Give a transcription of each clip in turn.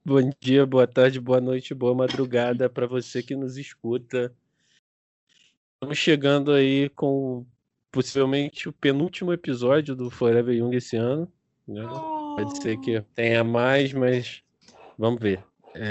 Bom dia, boa tarde, boa noite, boa madrugada para você que nos escuta. Estamos chegando aí com possivelmente o penúltimo episódio do Forever Young esse ano, né? Pode ser Oh. que tenha mais, mas vamos ver.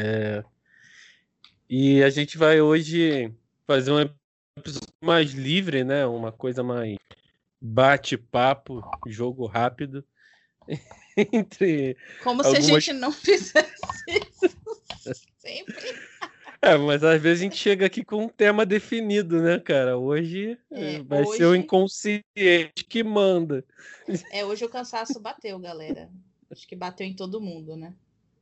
E a gente vai hoje fazer um episódio mais livre, né? Uma coisa mais bate-papo, jogo rápido, entre Como se a algumas. gente não fizesse isso sempre. Mas às vezes a gente chega aqui com um tema definido, né, cara? Hoje vai ser o Hoje, inconsciente que manda. hoje o cansaço bateu, galera. Acho que bateu em todo mundo, né?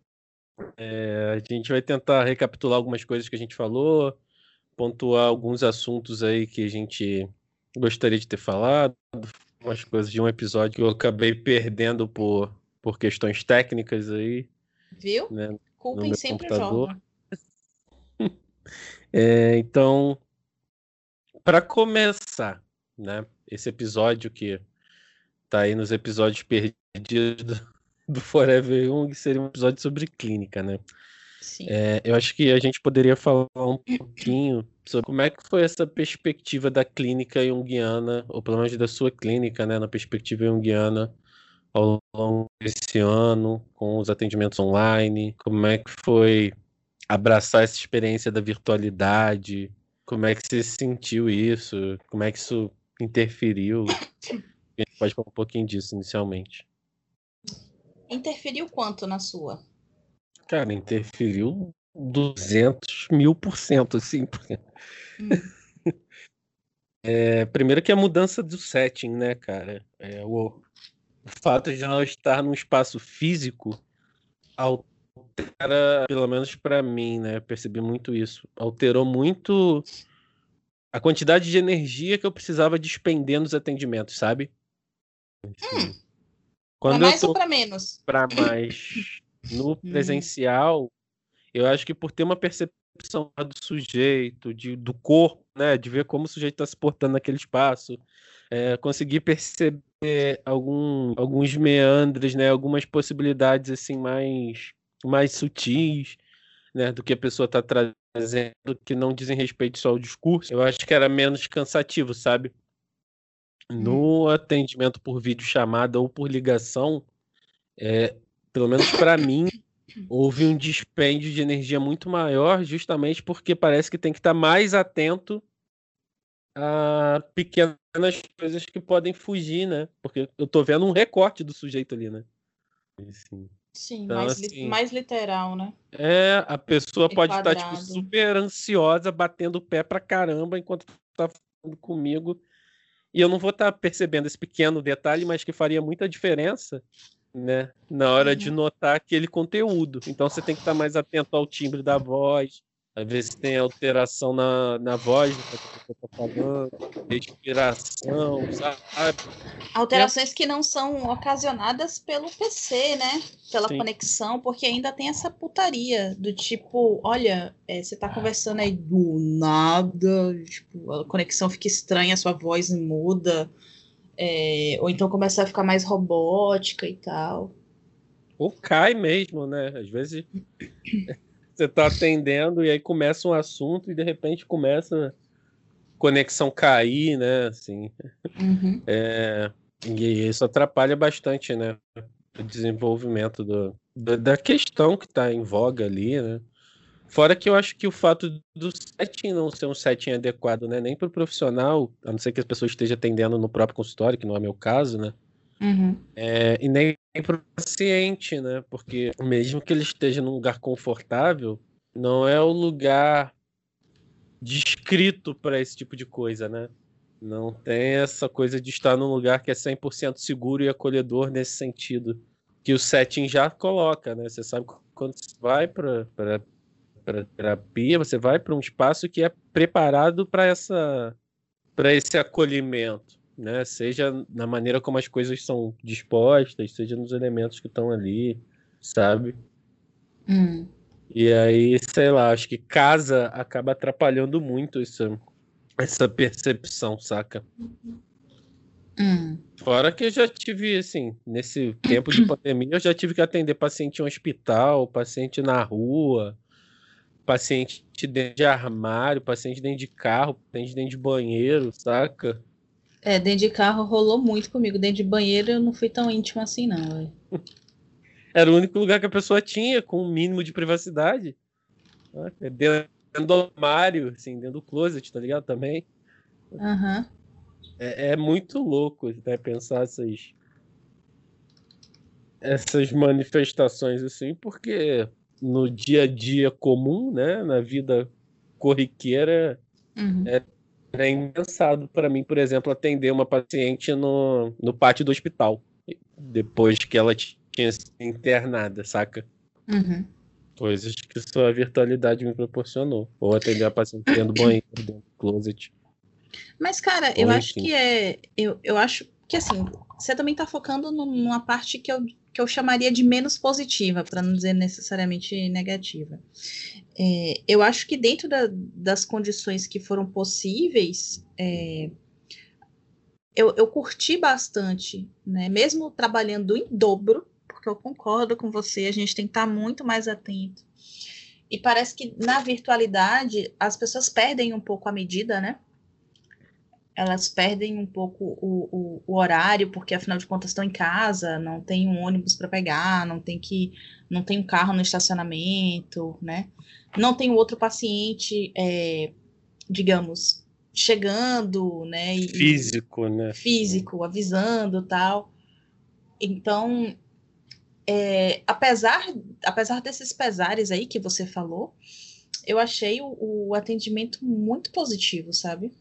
A gente vai tentar recapitular algumas coisas que a gente falou, pontuar alguns assuntos aí que a gente gostaria de ter falado, umas coisas de um episódio que eu acabei perdendo por questões técnicas aí, Viu? né, no Culpem meu sempre o computador. Jordan. Então, para começar, né, esse episódio que tá aí nos episódios perdidos do Forever Young, seria um episódio sobre clínica, né? Sim. Eu acho que a gente poderia falar um pouquinho sobre como é que foi essa perspectiva da clínica junguiana, ou pelo menos da sua clínica, né, na perspectiva junguiana, ao longo desse ano, com os atendimentos online, como é que foi abraçar essa experiência da virtualidade, como é que você sentiu isso, como é que isso interferiu. A gente pode falar um pouquinho disso inicialmente. Interferiu quanto na sua? Cara, interferiu 200.000%, assim. Hum. Primeiro que a mudança do setting, né, cara? O fato de não estar num espaço físico altera, pelo menos pra mim, né? Percebi muito isso. Alterou muito a quantidade de energia que eu precisava despender nos atendimentos, sabe? Assim, Para quando eu mais ou tô para menos? pra mais no Hum. presencial, eu acho que por ter uma percepção do sujeito, do corpo, né, de ver como o sujeito está se portando naquele espaço, conseguir perceber alguns meandros, né, algumas possibilidades assim mais sutis, né, do que a pessoa está trazendo, que não dizem respeito só ao discurso. Eu acho que era menos cansativo, sabe? Hum. No atendimento por videochamada ou por ligação, pelo menos para mim, houve um dispêndio de energia muito maior, justamente porque parece que tem que estar mais atento a pequenas coisas que podem fugir, né? Porque eu tô vendo um recorte do sujeito ali, né? Assim. Sim, Então, assim, mais literal, né? a pessoa pode estar, tipo, Enquadrado. super ansiosa, batendo o pé pra caramba enquanto tá falando comigo, e eu não vou estar percebendo esse pequeno detalhe, mas que faria muita diferença, né, na hora de Uhum. notar aquele conteúdo. Então você tem que estar mais atento ao timbre da voz, às vezes tem alteração na voz, né, que a pessoa está falando, respiração, sabe? E Alterações que não são ocasionadas pelo PC, né? Pela assim, conexão, porque ainda tem essa putaria do tipo, olha, você tá conversando aí do nada, tipo, a conexão fica estranha, a sua voz muda, ou então começa a ficar mais robótica e tal. ou cai mesmo, né? Às vezes você está atendendo e aí começa um assunto e de repente começa a conexão cair, né? Assim, Uhum. e isso atrapalha bastante, né? O desenvolvimento da questão que está em voga ali, né? Fora que eu acho que o fato do setting não ser um setting adequado, né? Nem para o profissional, a não ser que as pessoas estejam atendendo no próprio consultório, que não é meu caso, né? Uhum. E nem para o paciente, né? Porque mesmo que ele esteja num lugar confortável, não é o lugar descrito para esse tipo de coisa, né? Não tem essa coisa de estar num lugar que é 100% seguro e acolhedor nesse sentido, que o setting já coloca, né? Você sabe que quando você vai para terapia, você vai para um espaço que é preparado para esse acolhimento, né? Seja na maneira como as coisas são dispostas, seja nos elementos que estão ali, sabe? Hum. E aí, sei lá, acho que casa acaba atrapalhando muito essa percepção, saca? Fora que eu já tive, assim, nesse tempo de pandemia, eu já tive que atender paciente em um hospital, paciente na rua, paciente dentro de armário, paciente dentro de carro, paciente dentro de banheiro, saca? Dentro de carro rolou muito comigo. Dentro de banheiro eu não fui tão íntimo assim, não, velho. Era o único lugar que a pessoa tinha, com um mínimo de privacidade. Saca? Dentro do armário, assim, dentro do closet, tá ligado? Também. Aham. É muito louco, né, pensar essas manifestações, assim, porque no dia a dia comum, né, na vida corriqueira, Uhum. era impensado para mim, por exemplo, atender uma paciente no pátio do hospital, depois que ela tinha sido internada, saca? Uhum. Coisas que só a virtualidade me proporcionou. Ou atender a paciente dentro do banheiro, dentro do closet, Mas, cara, eu ou acho enfim. que Eu acho que assim, você também tá focando numa parte que eu chamaria de menos positiva, para não dizer necessariamente negativa. Eu acho que dentro das condições que foram possíveis, eu curti bastante, né? Mesmo trabalhando em dobro, porque eu concordo com você, a gente tem que estar muito mais atento. E parece que na virtualidade as pessoas perdem um pouco a medida, né? Elas perdem um pouco o horário, porque afinal de contas estão em casa, não tem um ônibus para pegar, não tem um carro no estacionamento, né? Não tem o outro paciente, digamos, chegando, né? Físico, né? Físico, avisando, tal. Então, apesar desses pesares aí que você falou, eu achei o atendimento muito positivo, sabe?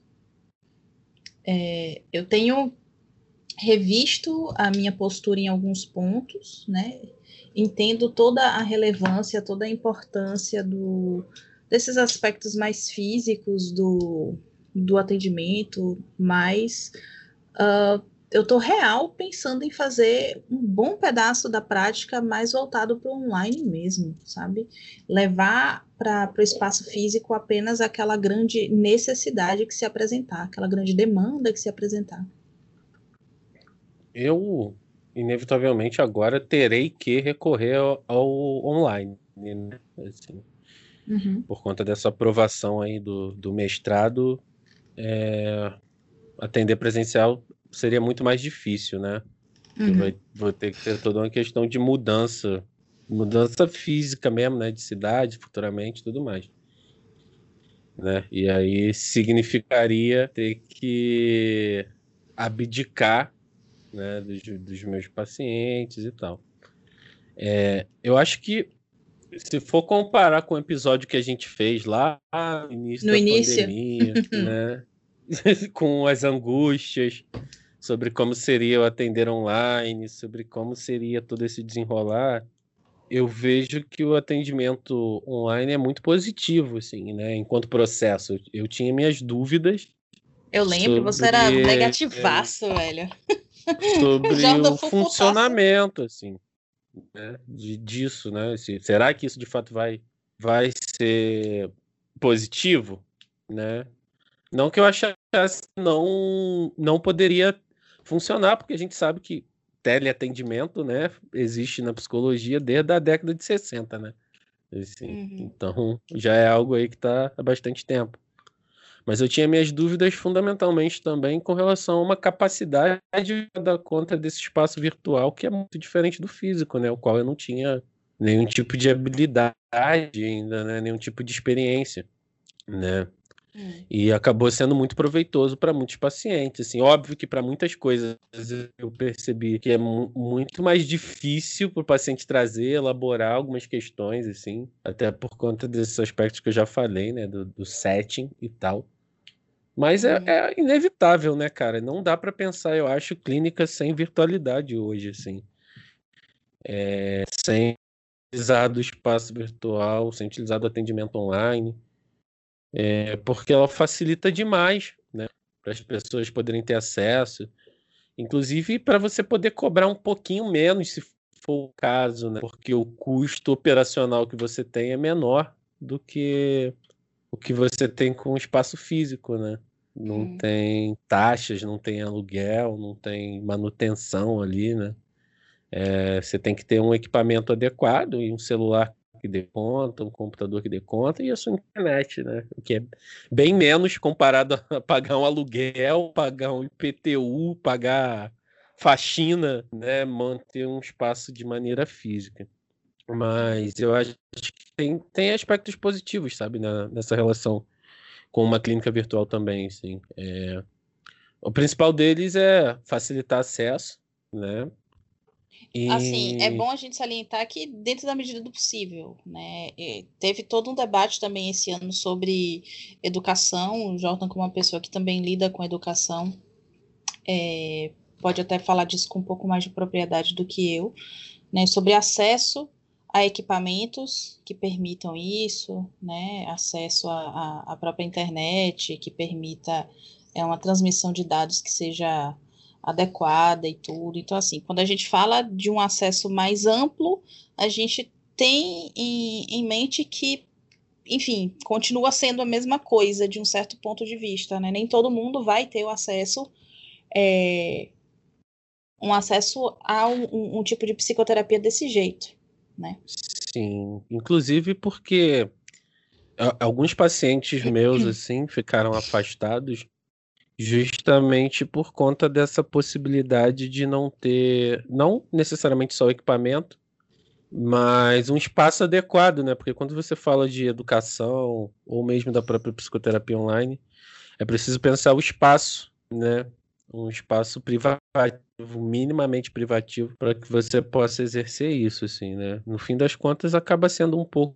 Eu tenho revisto a minha postura em alguns pontos, né? Entendo toda a relevância, toda a importância desses aspectos mais físicos do atendimento, mas eu estou real pensando em fazer um bom pedaço da prática mais voltado para o online mesmo, sabe? Levar para o espaço físico apenas aquela grande necessidade que se apresentar, aquela grande demanda que se apresentar. Eu, inevitavelmente, agora terei que recorrer ao online, né? Assim, Uhum, por conta dessa aprovação aí do mestrado, atender presencial seria muito mais difícil, né? Que uhum. vou ter que ter toda uma questão de mudança física mesmo, né? De cidade, futuramente, tudo mais, né? E aí significaria ter que abdicar, né? Dos meus pacientes e tal. Eu acho que se for comparar com o episódio que a gente fez lá no início No da início, pandemia, né? Com as angústias sobre como seria o atender online, sobre como seria todo esse desenrolar, eu vejo que o atendimento online é muito positivo, assim, né? Enquanto processo, eu tinha minhas dúvidas eu lembro, você era sobre, negativaço, velho. Já sobre anda o full putaço. funcionamento, assim, né? Disso, né? Será que isso de fato vai ser positivo, né? Não que eu achasse que não poderia funcionar, porque a gente sabe que teleatendimento, né, existe na psicologia desde a década de 60, né? Assim, Uhum. então já é algo aí que está há bastante tempo. Mas eu tinha minhas dúvidas fundamentalmente também com relação a uma capacidade de dar conta desse espaço virtual que é muito diferente do físico, né? O qual eu não tinha nenhum tipo de habilidade ainda, né? Nenhum tipo de experiência, né? Hum. E acabou sendo muito proveitoso para muitos pacientes. Assim, óbvio que para muitas coisas eu percebi que é muito mais difícil para o paciente trazer, elaborar algumas questões, assim, até por conta desses aspectos que eu já falei, né, do setting e tal. Mas Uhum. é inevitável, né, cara? Não dá para pensar, eu acho, clínica sem virtualidade hoje, assim. Sem utilizar do espaço virtual, sem utilizar do atendimento online, porque ela facilita demais, né, para as pessoas poderem ter acesso, inclusive para você poder cobrar um pouquinho menos, se for o caso, né, porque o custo operacional que você tem é menor do que o que você tem com o espaço físico, né? Não tem taxas, não tem aluguel, não tem manutenção ali, né? Você tem que ter um equipamento adequado e um celular que dê conta, um computador que dê conta e a sua internet, né? O que é bem menos comparado a pagar um aluguel, pagar um IPTU, pagar faxina, né? Manter um espaço de maneira física. Mas eu acho que tem aspectos positivos, sabe, nessa relação com uma clínica virtual também, assim. O principal deles é facilitar acesso, né? Assim, é E bom a gente salientar que dentro da medida do possível, né? Teve todo um debate também esse ano sobre educação. O Jordan, como uma pessoa que também lida com educação, pode até falar disso com um pouco mais de propriedade do que eu, né? Sobre acesso a equipamentos que permitam isso, né? Acesso à própria internet, que permita uma transmissão de dados que seja adequada e tudo. Então, assim, quando a gente fala de um acesso mais amplo, a gente tem em mente que, enfim, continua sendo a mesma coisa de um certo ponto de vista, né? Nem todo mundo vai ter o acesso, um acesso a um tipo de psicoterapia desse jeito, né? sim, inclusive porque alguns pacientes meus, assim, ficaram afastados justamente por conta dessa possibilidade de não ter, não necessariamente só o equipamento, mas um espaço adequado, né? Porque quando você fala de educação ou mesmo da própria psicoterapia online, é preciso pensar o espaço, né? Um espaço privativo, minimamente privativo, para que você possa exercer isso, assim, né? No fim das contas, acaba sendo um pouco.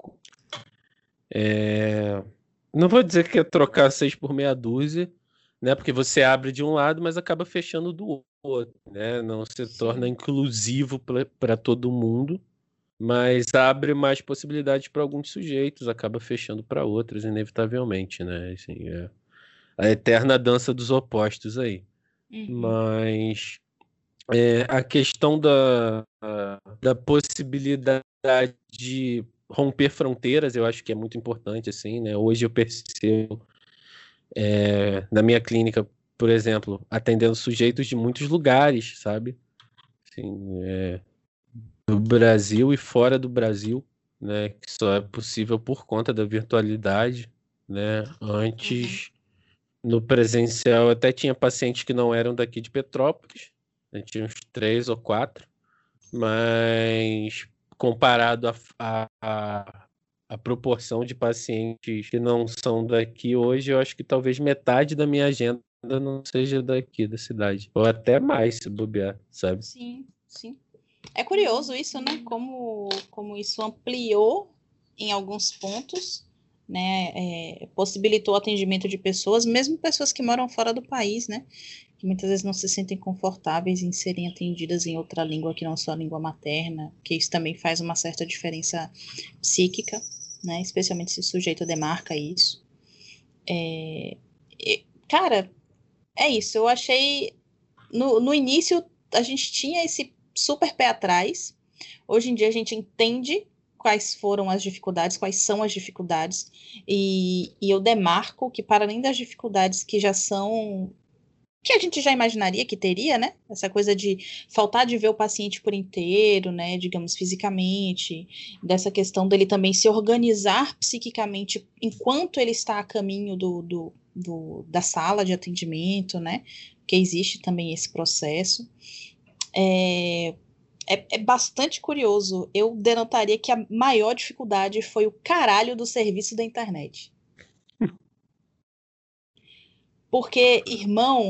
Não vou dizer que é trocar 6 por meia dúzia, né? Porque você abre de um lado, mas acaba fechando do outro, né? Não se torna inclusivo para todo mundo, mas abre mais possibilidades para alguns sujeitos, acaba fechando para outros, inevitavelmente, né? Assim, a eterna dança dos opostos aí. Mas a questão da possibilidade de romper fronteiras, eu acho que é muito importante, assim, né? Hoje eu percebo na minha clínica, por exemplo, atendendo sujeitos de muitos lugares, sabe? Assim, do Brasil e fora do Brasil, né? Que só é possível por conta da virtualidade, né? Antes, no presencial, até tinha pacientes que não eram daqui de Petrópolis, né? Tinha uns 3 ou 4, mas comparado a proporção de pacientes que não são daqui hoje, eu acho que talvez metade da minha agenda não seja daqui da cidade, ou até mais se bobear, sabe? Sim, sim. É curioso isso, né? Como isso ampliou em alguns pontos, né? Possibilitou o atendimento de pessoas, mesmo pessoas que moram fora do país, né? Que muitas vezes não se sentem confortáveis em serem atendidas em outra língua que não sua língua materna, que isso também faz uma certa diferença psíquica, né? Especialmente se o sujeito demarca isso. Cara, é isso. Eu achei. No início, a gente tinha esse super pé atrás. Hoje em dia, a gente entende quais foram as dificuldades, quais são as dificuldades. E eu demarco que, para além das dificuldades que já são. Que a gente já imaginaria que teria, né? Essa coisa de faltar de ver o paciente por inteiro, né? Digamos, fisicamente. Dessa questão dele também se organizar psiquicamente enquanto ele está a caminho da sala de atendimento, né? Porque existe também esse processo. É bastante curioso. Eu denotaria que a maior dificuldade foi o caralho do serviço da internet. Porque, irmão,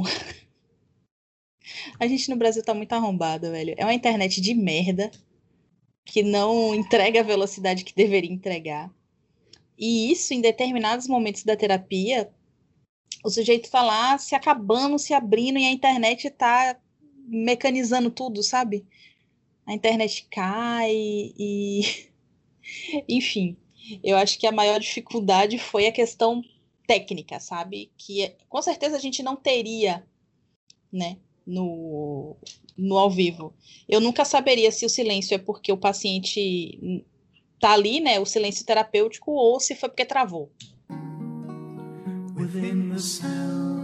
a gente no Brasil tá muito arrombado, velho. É uma internet de merda que não entrega a velocidade que deveria entregar. E isso, em determinados momentos da terapia, o sujeito tá lá se acabando, se abrindo, e a internet tá mecanizando tudo, sabe? A internet cai e... Enfim, eu acho que a maior dificuldade foi a questão técnica, sabe? Que com certeza a gente não teria, né? No ao vivo. Eu nunca saberia se o silêncio é porque o paciente tá ali, né? O silêncio terapêutico, ou se foi porque travou. Within the sound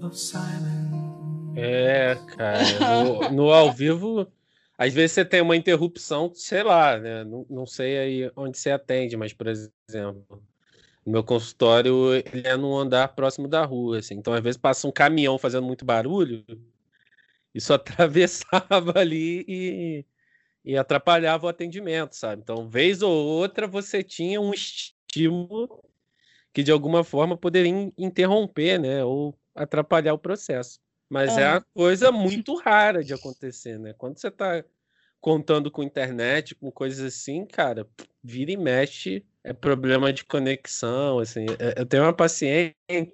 Cara, no ao vivo, às vezes você tem uma interrupção, sei lá, né? Não sei aí onde você atende, mas, por exemplo, o meu consultório ele é num andar próximo da rua, assim. Então, às vezes passa um caminhão fazendo muito barulho, isso atravessava ali e atrapalhava o atendimento, sabe? Então, vez ou outra, você tinha um estímulo que de alguma forma poderia interromper, né, ou atrapalhar o processo. Mas é uma coisa muito rara de acontecer, né? Quando você está contando com internet, com coisas assim, cara, vira e mexe, é problema de conexão, assim. Eu tenho uma paciente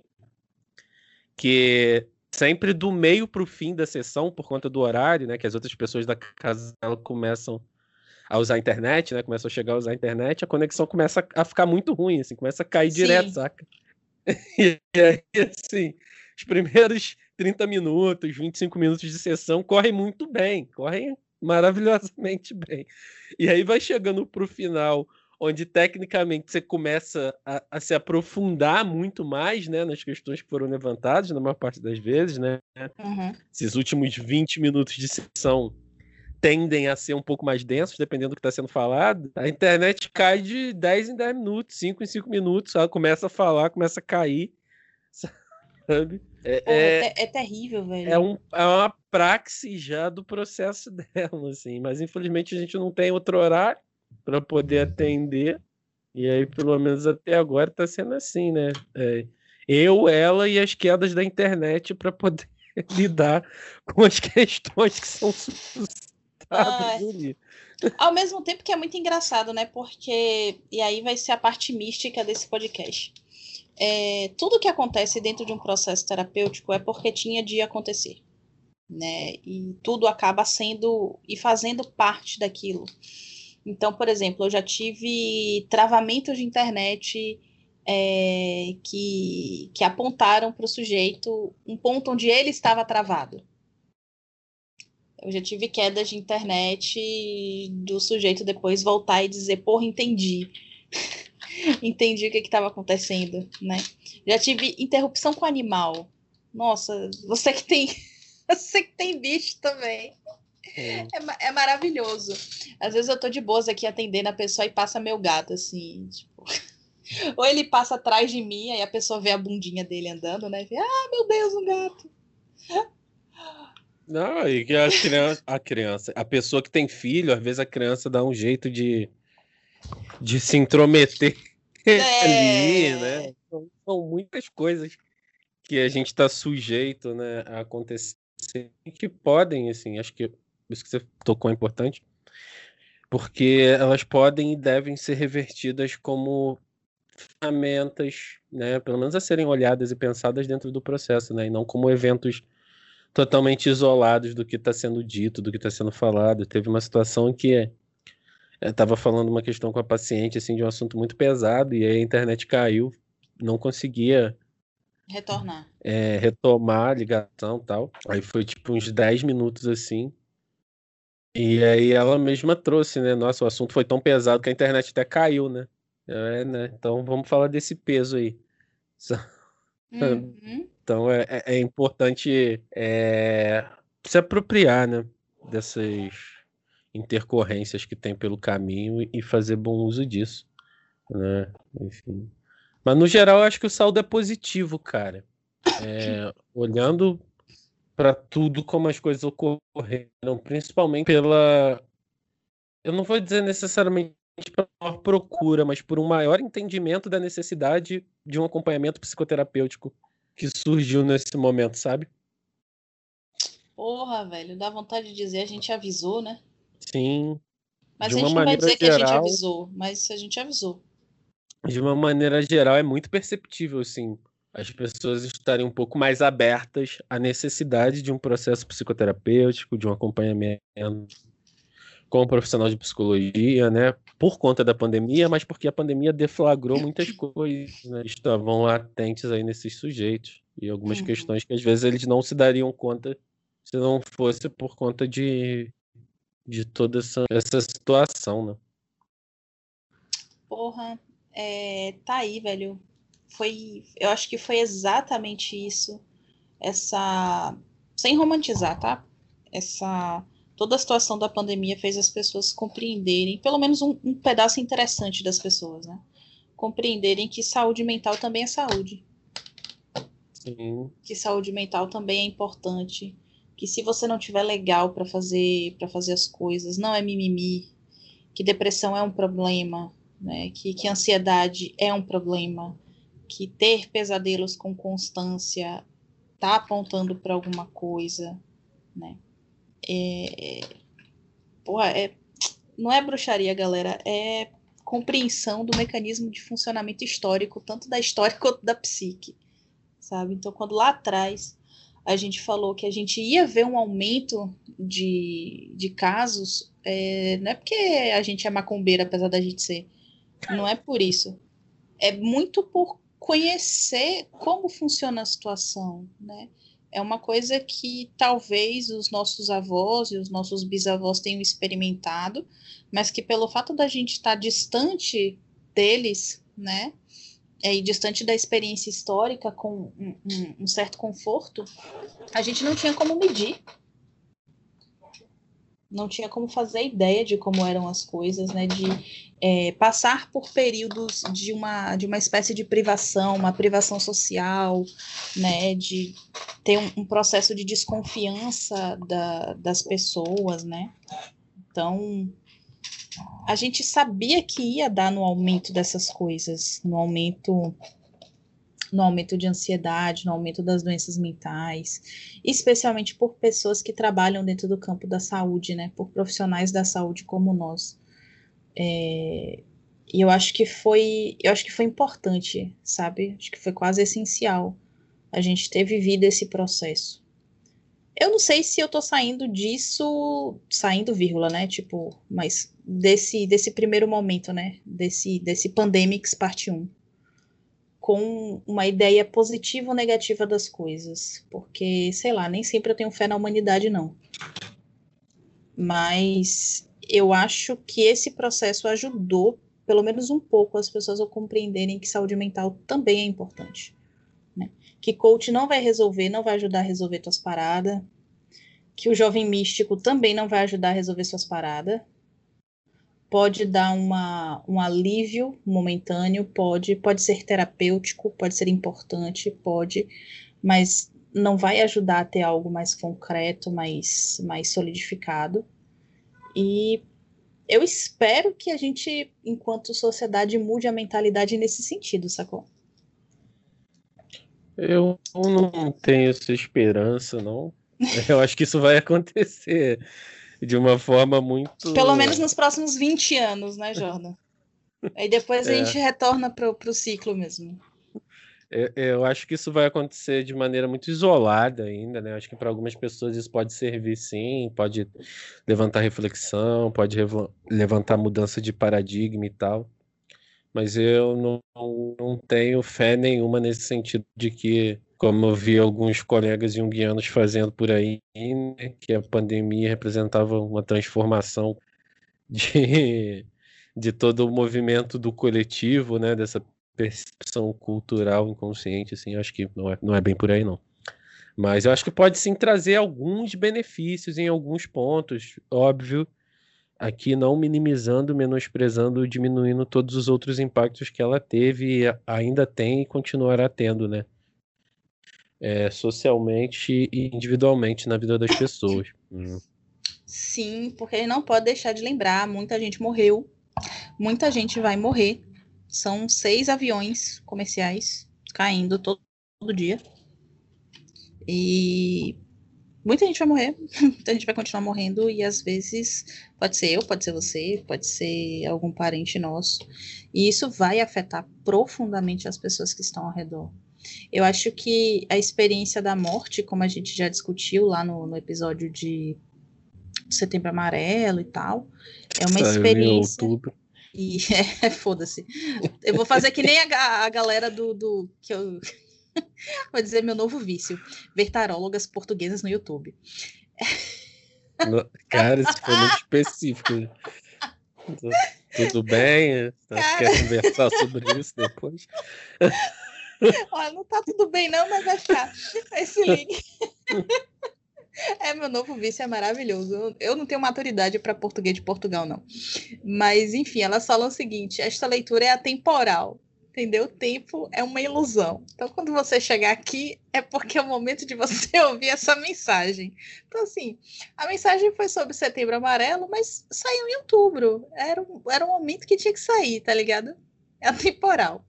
que sempre do meio para o fim da sessão, por conta do horário, né, que as outras pessoas da casa dela começam a usar a internet, né, começam a chegar a usar a internet, a conexão começa a ficar muito ruim, assim, começa a cair direto, saca? E aí, assim, os primeiros 30 minutos, 25 minutos de sessão correm muito bem, correm maravilhosamente bem. E aí vai chegando pro final, onde tecnicamente você começa a se aprofundar muito mais, né, nas questões que foram levantadas, na maior parte das vezes, né? Esses últimos 20 minutos de sessão tendem a ser um pouco mais densos, dependendo do que está sendo falado. A internet cai de 10 em 10 minutos, 5 em 5 minutos, ela começa a falar, começa a cair, sabe? É terrível, velho. É uma praxe já do processo dela, assim, mas infelizmente a gente não tem outro horário para poder atender, e aí pelo menos até agora está sendo assim, né? Eu, ela e as quedas da internet para poder lidar com as questões que são ali. Ao mesmo tempo que é muito engraçado, né? Porque. E aí vai ser a parte mística desse podcast. Tudo que acontece dentro de um processo terapêutico é porque tinha de acontecer. Né? E tudo acaba sendo e fazendo parte daquilo. Então, por exemplo, eu já tive travamentos de internet que apontaram para o sujeito um ponto onde ele estava travado. Eu já tive quedas de internet do sujeito depois voltar e dizer, porra, entendi. Entendi o que estava acontecendo, né? Já tive interrupção com animal. Nossa, você que tem bicho também. É maravilhoso. Às vezes eu tô de boas aqui atendendo a pessoa e passa meu gato, assim, tipo... Ou ele passa atrás de mim, aí a pessoa vê a bundinha dele andando, né? E, meu Deus, um gato. Não, e que a pessoa que tem filho, às vezes a criança dá um jeito de se intrometer ali, né? São muitas coisas que a gente está sujeito, né, a acontecer e que podem, assim, acho que isso que você tocou é importante, porque elas podem e devem ser revertidas como ferramentas, né, pelo menos a serem olhadas e pensadas dentro do processo, né, e não como eventos totalmente isolados do que está sendo dito, do que está sendo falado. Teve uma situação que eu estava falando uma questão com a paciente, assim, de um assunto muito pesado, e aí a internet caiu, não conseguia retomar a ligação e tal. Aí foi tipo uns 10 minutos assim. E aí ela mesma trouxe, né? Nossa, o assunto foi tão pesado que a internet até caiu, né? Né? Então vamos falar desse peso aí. Então é importante se apropriar, né? Dessas intercorrências que tem pelo caminho e fazer bom uso disso, né? Enfim. Mas no geral eu acho que o saldo é positivo, cara. Olhando para tudo como as coisas ocorreram, principalmente eu não vou dizer necessariamente pela maior procura, mas por um maior entendimento da necessidade de um acompanhamento psicoterapêutico que surgiu nesse momento, sabe? Porra, velho, dá vontade de dizer, a gente avisou, né? Sim, Mas de a uma gente não vai maneira dizer que a gente geral, avisou, mas a gente avisou. de uma maneira geral é muito perceptível, assim, as pessoas estarem um pouco mais abertas à necessidade de um processo psicoterapêutico, de um acompanhamento com um profissional de psicologia, né? Por conta da pandemia, mas porque a pandemia deflagrou muitas coisas, né? Estavam latentes aí nesses sujeitos e algumas questões que às vezes eles não se dariam conta se não fosse por conta de toda essa situação, né? Porra, tá aí, velho. Eu acho que foi exatamente isso. sem romantizar, tá? Toda a situação da pandemia fez as pessoas compreenderem, pelo menos um pedaço interessante das pessoas, né? Compreenderem que saúde mental também é saúde. Sim. Que saúde mental também é importante. Que se você não tiver legal para fazer as coisas, não é mimimi. Que depressão é um problema, né? Que ansiedade é um problema. Que ter pesadelos com constância tá apontando para alguma coisa, né? Não é bruxaria, galera, é compreensão do mecanismo de funcionamento histórico, tanto da história quanto da psique, sabe? Então, quando lá atrás a gente falou que a gente ia ver um aumento de casos, não é porque a gente é macumbeira, apesar da gente ser, não é por isso. É muito por conhecer como funciona a situação, né? É uma coisa que talvez os nossos avós e os nossos bisavós tenham experimentado, mas que pelo fato da gente estar distante deles, né? E distante da experiência histórica, com um certo conforto, a gente não tinha como medir. Não tinha como fazer ideia de como eram as coisas, né? De passar por períodos de uma espécie de privação, uma privação social, né? De ter um processo de desconfiança das pessoas, né? Então, a gente sabia que ia dar no aumento dessas coisas, no aumento de ansiedade, no aumento das doenças mentais, especialmente por pessoas que trabalham dentro do campo da saúde, né? Por profissionais da saúde como nós. E eu acho que foi importante, sabe? Acho que foi quase essencial a gente ter vivido esse processo. Eu não sei se eu tô saindo disso, vírgula, né? Tipo, mas desse primeiro momento, né? Desse Pandemics parte 1. Com uma ideia positiva ou negativa das coisas. Porque, sei lá, nem sempre eu tenho fé na humanidade, não. Mas eu acho que esse processo ajudou, pelo menos um pouco, as pessoas a compreenderem que saúde mental também é importante. Né? Que coach não vai ajudar a resolver tuas paradas. Que o jovem místico também não vai ajudar a resolver suas paradas. Pode dar um alívio momentâneo, pode ser terapêutico, pode ser importante, mas não vai ajudar a ter algo mais concreto, mais solidificado. E eu espero que a gente, enquanto sociedade, mude a mentalidade nesse sentido, sacou? Eu não tenho essa esperança, não. Eu acho que isso vai acontecer de uma forma muito... Pelo menos nos próximos 20 anos, né, Jordan? Aí depois a gente retorna pro ciclo mesmo. Eu acho que isso vai acontecer de maneira muito isolada ainda, né? Acho que para algumas pessoas isso pode servir, sim, pode levantar reflexão, pode levantar mudança de paradigma e tal. Mas eu não tenho fé nenhuma nesse sentido de que, como eu vi alguns colegas junguianos fazendo por aí, né, que a pandemia representava uma transformação de, de todo o movimento do coletivo, né? Dessa percepção cultural inconsciente, assim, acho que não é bem por aí, não. Mas eu acho que pode sim trazer alguns benefícios em alguns pontos, óbvio, aqui não minimizando, menosprezando, diminuindo todos os outros impactos que ela teve, ainda tem e continuará tendo, né? Socialmente e individualmente na vida das pessoas. Sim, porque ele não pode deixar de lembrar, muita gente morreu, muita gente vai morrer. São 6 aviões comerciais caindo todo dia. E muita gente vai morrer, muita gente vai continuar morrendo, e às vezes pode ser eu, pode ser você, pode ser algum parente nosso. E isso vai afetar profundamente as pessoas que estão ao redor. Eu acho que a experiência da morte, como a gente já discutiu lá no episódio de Setembro Amarelo e tal, é uma experiência... Em outubro. E foda-se. Eu vou fazer que nem a galera do que eu vou dizer meu novo vício, ver tarólogas portuguesas no YouTube. Cara, isso foi muito específico. Tudo bem? Quer conversar sobre isso depois? Olha, não tá tudo bem não, mas vai ficar. Aí se liga. É, meu novo vício é maravilhoso. Eu não tenho maturidade para português de Portugal, não. Mas, enfim, elas falam o seguinte: esta leitura é atemporal. Entendeu? O tempo é uma ilusão. Então, quando você chegar aqui, é porque é o momento de você ouvir essa mensagem. Então, assim, a mensagem foi sobre Setembro Amarelo, mas saiu em outubro. Era um momento que tinha que sair, tá ligado? É atemporal.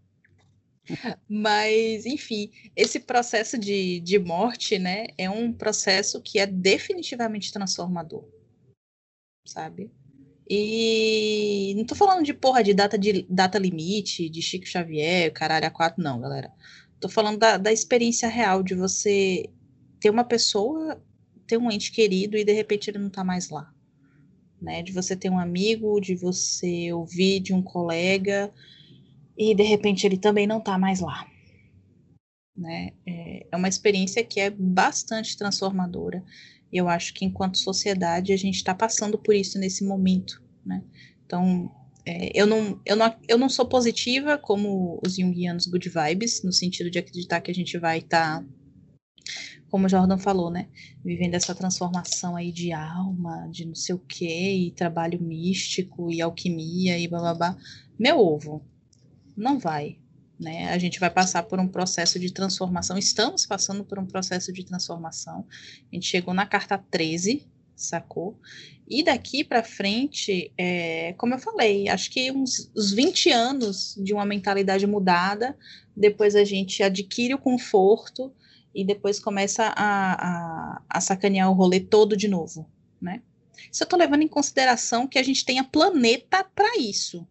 Mas, enfim, esse processo de morte, né, é um processo que é definitivamente transformador, sabe? E não tô falando de porra de data limite, de Chico Xavier, caralho, A4, não, galera. Tô falando da experiência real de você ter uma pessoa, ter um ente querido e de repente ele não tá mais lá, né? De você ter um amigo, de você ouvir de um colega e de repente ele também não tá mais lá, né? É uma experiência que é bastante transformadora. E eu acho que enquanto sociedade a gente está passando por isso nesse momento, né? Então, eu não sou positiva como os junguianos good vibes, no sentido de acreditar que a gente vai estar, como o Jordan falou, né? Vivendo essa transformação aí de alma, de não sei o quê, e trabalho místico, e alquimia, e bababá. Meu ovo, não vai, né? A gente vai passar por um processo de transformação, estamos passando por um processo de transformação. A gente chegou na carta 13, sacou? E daqui para frente, como eu falei, acho que uns 20 anos de uma mentalidade mudada, depois a gente adquire o conforto e depois começa a sacanear o rolê todo de novo, né? Isso eu tô levando em consideração que a gente tenha planeta para isso,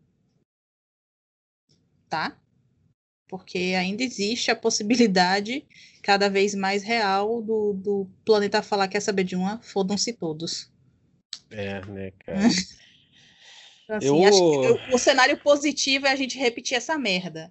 tá? Porque ainda existe a possibilidade cada vez mais real do planeta falar, quer saber de uma? Fodam-se todos. É, né, cara? Então, assim, acho que Eu, o cenário positivo é a gente repetir essa merda.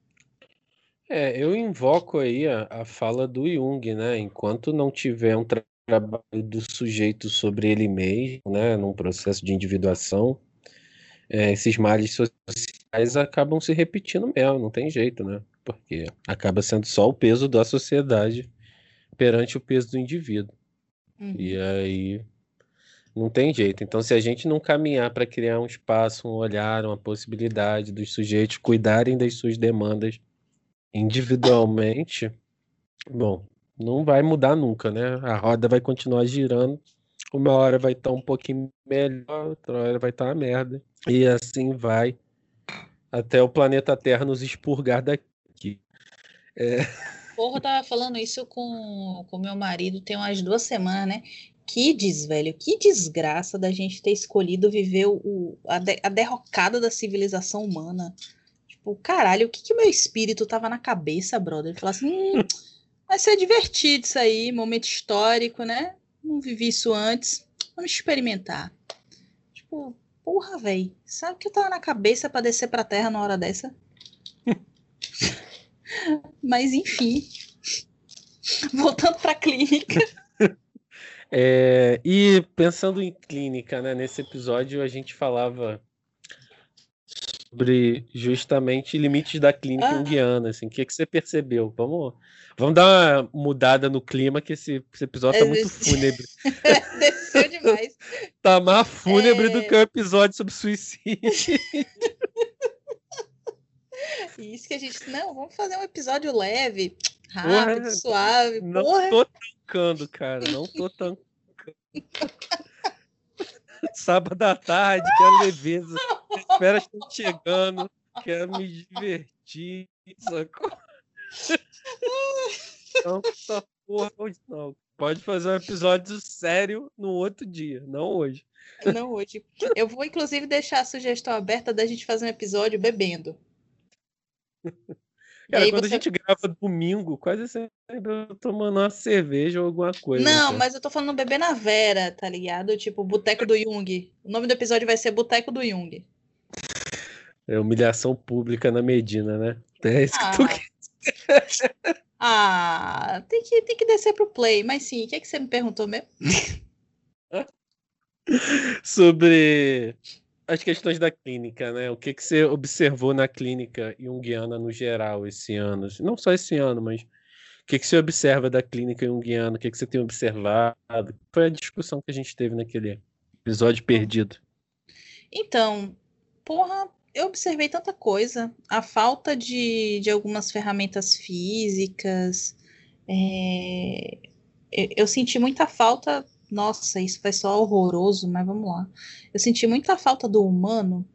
eu invoco aí a fala do Jung, né? Enquanto não tiver um trabalho do sujeito sobre ele mesmo, né, num processo de individuação, esses males sociais acabam se repetindo mesmo, não tem jeito, né? Porque acaba sendo só o peso da sociedade perante o peso do indivíduo. E Uhum. aí não tem jeito. Então, se a gente não caminhar para criar um espaço, um olhar, uma possibilidade dos sujeitos cuidarem das suas demandas individualmente, bom, não vai mudar nunca, né? A roda vai continuar girando. Uma hora vai estar um pouquinho melhor, outra hora vai estar uma merda. E assim vai até o planeta Terra nos expurgar daqui. É, Porra, eu tava falando isso com meu marido tem umas 2 semanas, né? Velho, que desgraça da gente ter escolhido viver a derrocada da civilização humana. Tipo, caralho, o que o meu espírito tava na cabeça, brother? Ele falou assim, vai ser divertido isso aí, momento histórico, né? Não vivi isso antes, vamos experimentar. Tipo, porra, velho, sabe o que eu tava na cabeça pra descer pra terra na hora dessa? Mas enfim, voltando pra clínica. e pensando em clínica, né? Nesse episódio a gente falava sobre justamente limites da clínica Ah, junguiana, assim. O que que você percebeu? Vamos dar uma mudada no clima, que esse episódio tá muito fúnebre. desceu demais. Tá mais fúnebre do que o É, episódio sobre suicídio. isso que a gente. Não, vamos fazer um episódio leve, rápido, Porra, suave. não Porra, tô tancando, cara. Não tô tancando. Sábado à tarde, quero leveza. As férias estão chegando. Quero me divertir. Sacou? Não, essa porra hoje não. Pode fazer um episódio sério no outro dia, não hoje. não hoje. Eu vou, inclusive, deixar a sugestão aberta da gente fazer um episódio bebendo. E Cara, aí quando a você. gente grava domingo, quase sempre eu tô tomando uma cerveja ou alguma coisa, Não, cara. mas eu tô falando beber na Vera, tá ligado? Tipo, Boteco do Jung. O nome do episódio vai ser Boteco do Jung. É humilhação pública na Medina, né? É isso que eu tô Ah, tem que descer pro play. Mas sim, o que é que você me perguntou mesmo? sobre as questões da clínica, né? O que que você observou na clínica junguiana no geral esse ano? Não só esse ano, mas o que que você observa da clínica junguiana? O que que você tem observado? Foi a discussão que a gente teve naquele episódio perdido. Então, porra, eu observei tanta coisa. A falta de algumas ferramentas físicas. Eu senti muita falta. Nossa, isso vai soar horroroso, mas vamos lá. Eu senti muita falta do humano,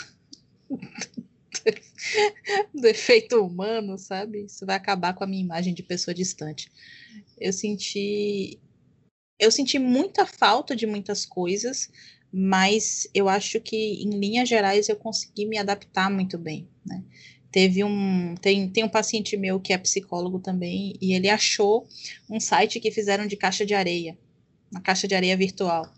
do efeito humano, sabe? Isso vai acabar com a minha imagem de pessoa distante. Eu senti, eu senti muita falta de muitas coisas, mas eu acho que, em linhas gerais, eu consegui me adaptar muito bem, né? Tem um paciente meu que é psicólogo também, e ele achou um site que fizeram de caixa de areia, uma caixa de areia virtual.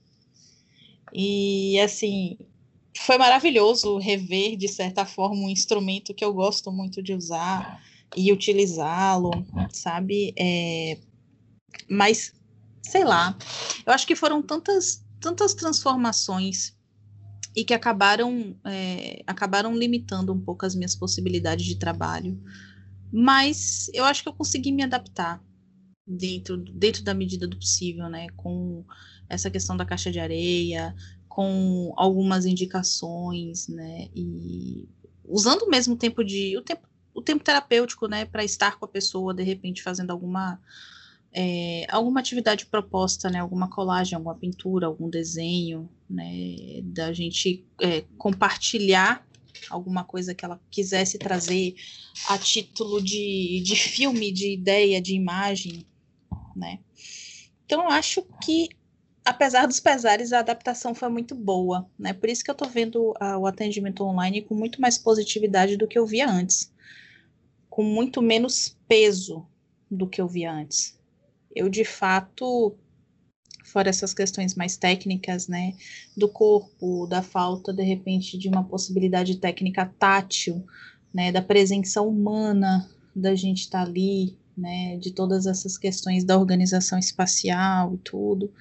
E, assim, foi maravilhoso rever, de certa forma, um instrumento que eu gosto muito de usar e utilizá-lo, sabe? Mas, sei lá, eu acho que foram tantas transformações e que acabaram limitando um pouco as minhas possibilidades de trabalho. Mas eu acho que eu consegui me adaptar dentro da medida do possível, né? Com essa questão da caixa de areia, com algumas indicações, né? E usando mesmo o tempo terapêutico, né? Para estar com a pessoa, de repente, fazendo alguma atividade proposta, né? Alguma colagem, alguma pintura, algum desenho, né? Da gente compartilhar alguma coisa que ela quisesse trazer a título de filme, de ideia, de imagem, né? Então, eu acho que, apesar dos pesares, a adaptação foi muito boa, né? Por isso que eu tô vendo o atendimento online com muito mais positividade do que eu via antes, com muito menos peso do que eu via antes. Eu, de fato, fora essas questões mais técnicas, né, do corpo, da falta, de repente, de uma possibilidade técnica tátil, né, da presença humana da gente estar ali, né, de todas essas questões da organização espacial e tudo,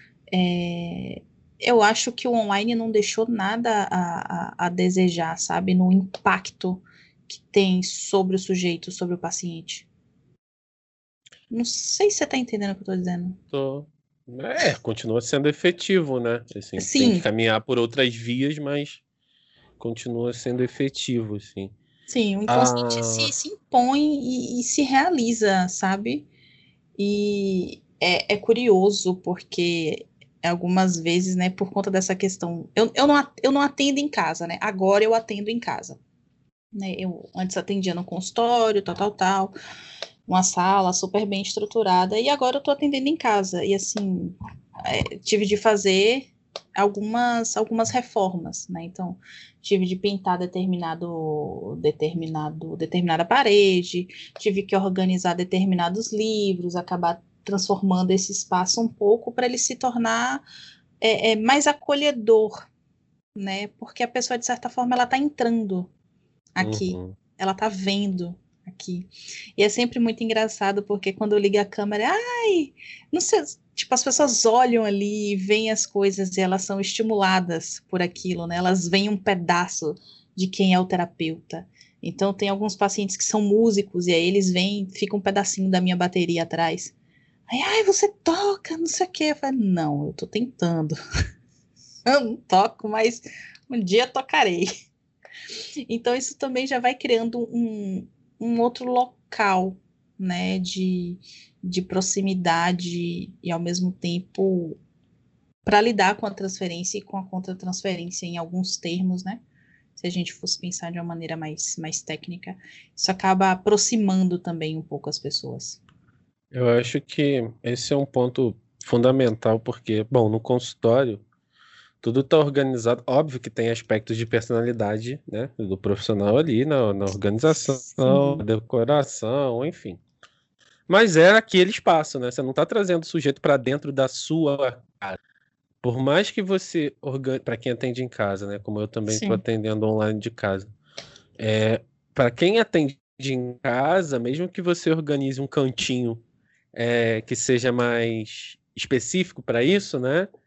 eu acho que o online não deixou nada a desejar, sabe, no impacto que tem sobre o sujeito, sobre o paciente. Não sei se você está entendendo o que eu estou dizendo. Continua sendo efetivo, né? Assim, tem que Sim, caminhar por outras vias, mas continua sendo efetivo, assim. sim, o inconsciente Ah, se impõe e se realiza, sabe? E é curioso, porque algumas vezes, né, por conta dessa questão, eu não atendo em casa, né? Agora eu atendo em casa. Né? Eu antes atendia no consultório, tal, uma sala super bem estruturada, e agora eu tô atendendo em casa. E assim, tive de fazer algumas reformas, né? Então, tive de pintar determinada parede, tive que organizar determinados livros, acabar transformando esse espaço um pouco para ele se tornar mais acolhedor, né? Porque a pessoa, de certa forma, ela está entrando aqui, uhum. ela está vendo aqui. E é sempre muito engraçado, porque quando liga a câmera, ai, não sei, tipo, as pessoas olham ali e veem as coisas e elas são estimuladas por aquilo, né? Elas veem um pedaço de quem é o terapeuta. Então, tem alguns pacientes que são músicos e aí eles vêm, fica um pedacinho da minha bateria atrás. Aí, ai, você toca, não sei o quê. Eu falo, não, eu tô tentando. Eu não toco, mas um dia tocarei. Então, isso também já vai criando um outro local, né, de proximidade e, ao mesmo tempo, para lidar com a transferência e com a contratransferência em alguns termos, né? Se a gente fosse pensar de uma maneira mais técnica, isso acaba aproximando também um pouco as pessoas. Eu acho que esse é um ponto fundamental, porque, bom, no consultório, tudo está organizado. Óbvio que tem aspectos de personalidade, né, do profissional ali na organização, na Sim, decoração, enfim. Mas é aquele espaço, né? Você não está trazendo o sujeito para dentro da sua casa. Por mais que você para quem atende em casa, né? Como eu também estou sim, atendendo online de casa. Para quem atende em casa, mesmo que você organize um cantinho que seja mais específico para isso, né?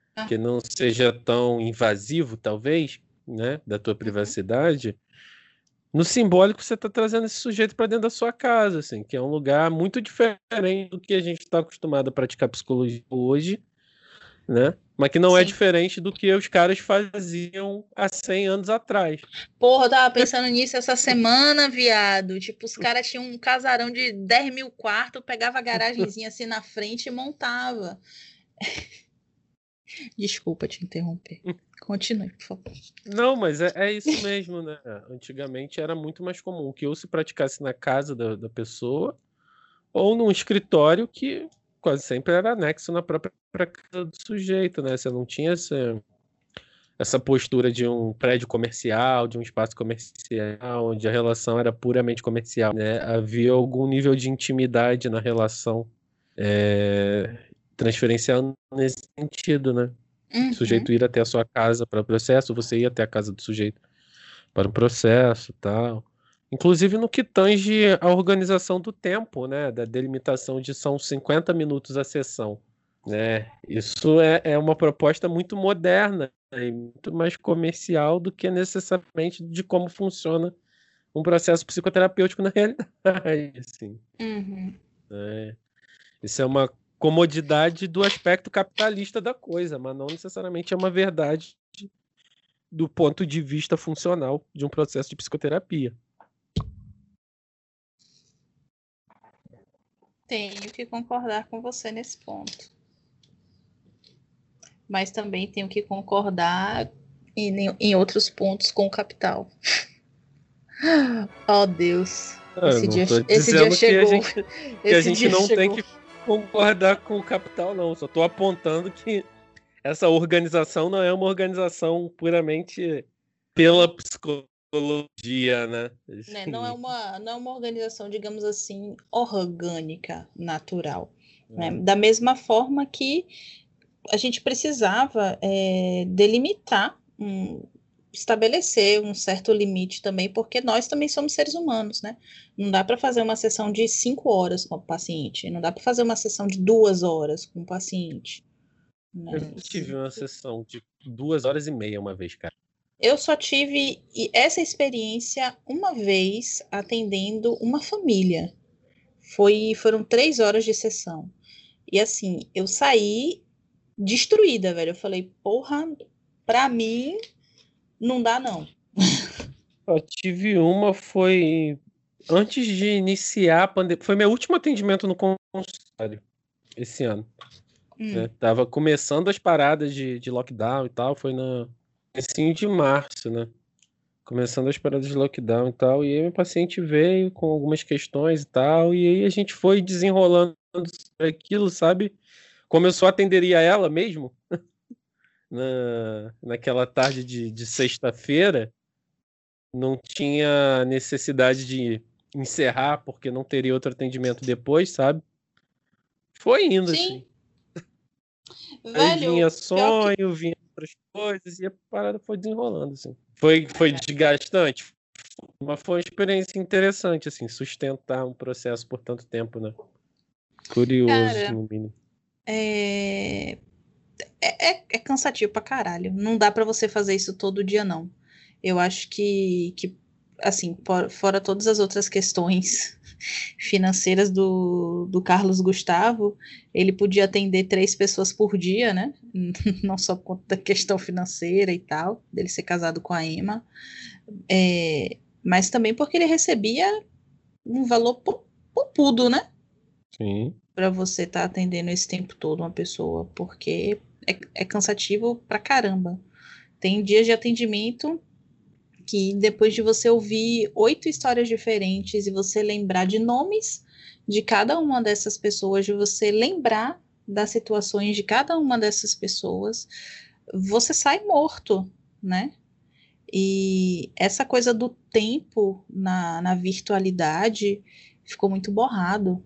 que não seja tão invasivo, talvez, né, da tua privacidade, no simbólico você está trazendo esse sujeito para dentro da sua casa, assim, que é um lugar muito diferente do que a gente está acostumado a praticar psicologia hoje, né? Mas que não é Sim. diferente do que os caras faziam há 100 anos atrás. Porra, eu tava pensando nisso essa semana, viado. Tipo, os caras tinham um casarão de 10 mil quartos, pegava a garagenzinha assim na frente e montava. Desculpa te interromper. Continue, por favor. Não, mas é isso mesmo, né? Antigamente era muito mais comum que ou se praticasse na casa da pessoa ou num escritório que quase sempre era anexo na própria casa do sujeito, né? Você não tinha essa postura de um prédio comercial, de um espaço comercial, onde a relação era puramente comercial, né? Havia algum nível de intimidade na relação, transferencial nesse sentido, né? O sujeito ir até a sua casa para o processo, você ir até a casa do sujeito para o processo, tal. Inclusive no que tange a organização do tempo, né? Da delimitação de são 50 minutos a sessão, né? Isso é uma proposta muito moderna e muito mais comercial do que necessariamente de como funciona um processo psicoterapêutico na realidade, assim, né? Isso é uma comodidade do aspecto capitalista da coisa, mas não necessariamente é uma verdade do ponto de vista funcional de um processo de psicoterapia. Tenho que concordar com você nesse ponto. Mas também tenho que concordar em outros pontos com o capital. Oh, Deus. Eu não estou Esse dia dizendo chegou. que a gente não tem que concordar com o capital, não. Só estou apontando que essa organização não é uma organização puramente pela psicologia, né? Né? Não é uma organização, digamos assim, orgânica, natural. Né? Da mesma forma que a gente precisava delimitar, estabelecer um certo limite também, porque nós também somos seres humanos, né? Não dá para fazer uma sessão de 5 horas com o paciente, não dá para fazer uma sessão de 2 horas com o paciente. Né? Eu tive uma sessão de 2 horas e meia uma vez, cara. Eu só tive essa experiência uma vez atendendo uma família. Foram 3 horas de sessão. E assim, eu saí destruída, velho. Eu falei, porra, pra mim não dá, não. Eu tive uma, foi antes de iniciar a pandemia. Foi meu último atendimento no consultório esse ano. Né? Tava começando as paradas de lockdown e tal. Foi no comecinho de março, né? Começando as paradas de lockdown e tal. E aí meu paciente veio com algumas questões e tal. E aí a gente foi desenrolando aquilo, sabe? Como eu só atenderia ela mesmo, naquela tarde de sexta-feira, não tinha necessidade de encerrar, porque não teria outro atendimento depois, sabe? Foi indo, Sim. assim. Aí Velho, vinha sonho, vinha outras coisas, e a parada foi desenrolando, assim. Foi desgastante, mas foi uma experiência interessante, assim, sustentar um processo por tanto tempo, né? Curioso, cara, no mínimo. é cansativo pra caralho. Não dá pra você fazer isso todo dia, não. Eu acho que assim, fora todas as outras questões financeiras do Carlos Gustavo, ele podia atender 3 pessoas por dia, né? Não só por conta da questão financeira e tal, dele ser casado com a Emma, mas também porque ele recebia um valor popudo, né? Sim. Para você estar atendendo esse tempo todo uma pessoa, porque é cansativo pra caramba. Tem dias de atendimento que depois de você ouvir 8 histórias diferentes e você lembrar de nomes de cada uma dessas pessoas, de você lembrar das situações de cada uma dessas pessoas, você sai morto, né? E essa coisa do tempo na virtualidade ficou muito borrado.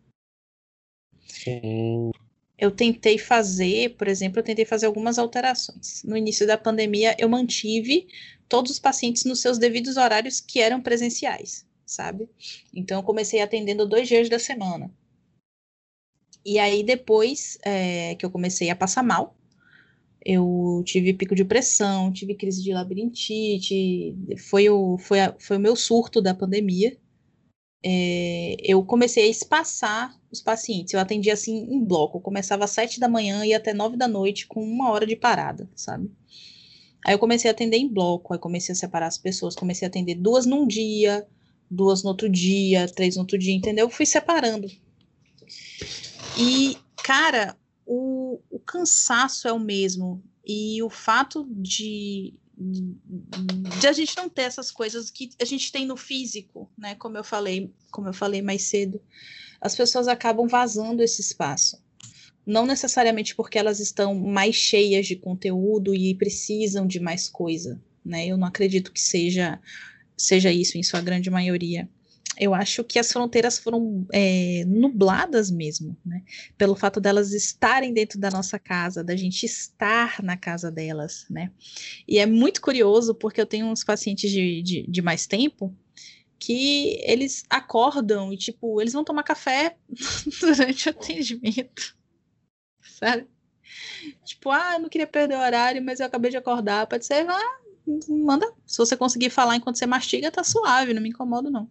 Sim. Eu tentei fazer, por exemplo, algumas alterações. No início da pandemia, eu mantive todos os pacientes nos seus devidos horários que eram presenciais, sabe? Então, eu comecei atendendo 2 dias da semana. E aí, depois que eu comecei a passar mal, Eu tive pico de pressão, tive crise de labirintite, foi o meu surto da pandemia. Eu comecei a espaçar os pacientes. Eu atendia assim em bloco. Eu começava às 7 da manhã e ia até 9 da noite com 1 hora de parada, sabe? Aí eu comecei a atender em bloco, aí comecei a separar as pessoas, comecei a atender 2 num dia, 2 no outro dia, 3 no outro dia, entendeu? Fui separando. E, cara, o cansaço é o mesmo. E o fato de a gente não ter essas coisas que a gente tem no físico, né? Como eu falei mais cedo, as pessoas acabam vazando esse espaço. Não necessariamente porque elas estão mais cheias de conteúdo e precisam de mais coisa, né? Eu não acredito que seja isso em sua grande maioria. Eu acho que as fronteiras foram nubladas mesmo, né? Pelo fato delas estarem dentro da nossa casa, da gente estar na casa delas, né? E é muito curioso porque eu tenho uns pacientes de mais tempo que eles acordam e, tipo, eles vão tomar café durante o atendimento, sabe? Tipo, eu não queria perder o horário, mas eu acabei de acordar. Pode ser, manda. Se você conseguir falar enquanto você mastiga, tá suave, não me incomoda, não.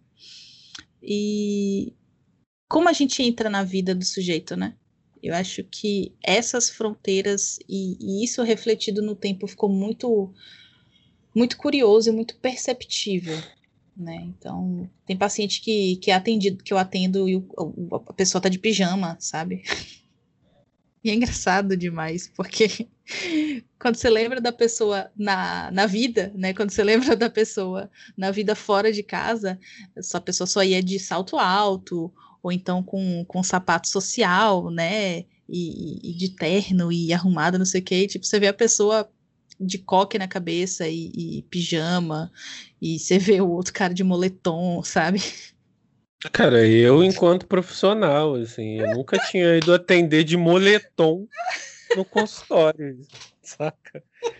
E como a gente entra na vida do sujeito, né? Eu acho que essas fronteiras e isso refletido no tempo ficou muito, muito curioso e muito perceptível, né? Então, tem paciente que é atendido, que eu atendo e a pessoa tá de pijama, sabe? E é engraçado demais, porque quando você lembra da pessoa na vida, né? Quando você lembra da pessoa na vida fora de casa, essa pessoa só ia de salto alto, ou então com sapato social, né? E de terno e arrumada, não sei o quê. Tipo, você vê a pessoa de coque na cabeça e pijama, e você vê o outro cara de moletom, sabe? Cara, eu, enquanto profissional, assim, eu nunca tinha ido atender de moletom no consultório, saca?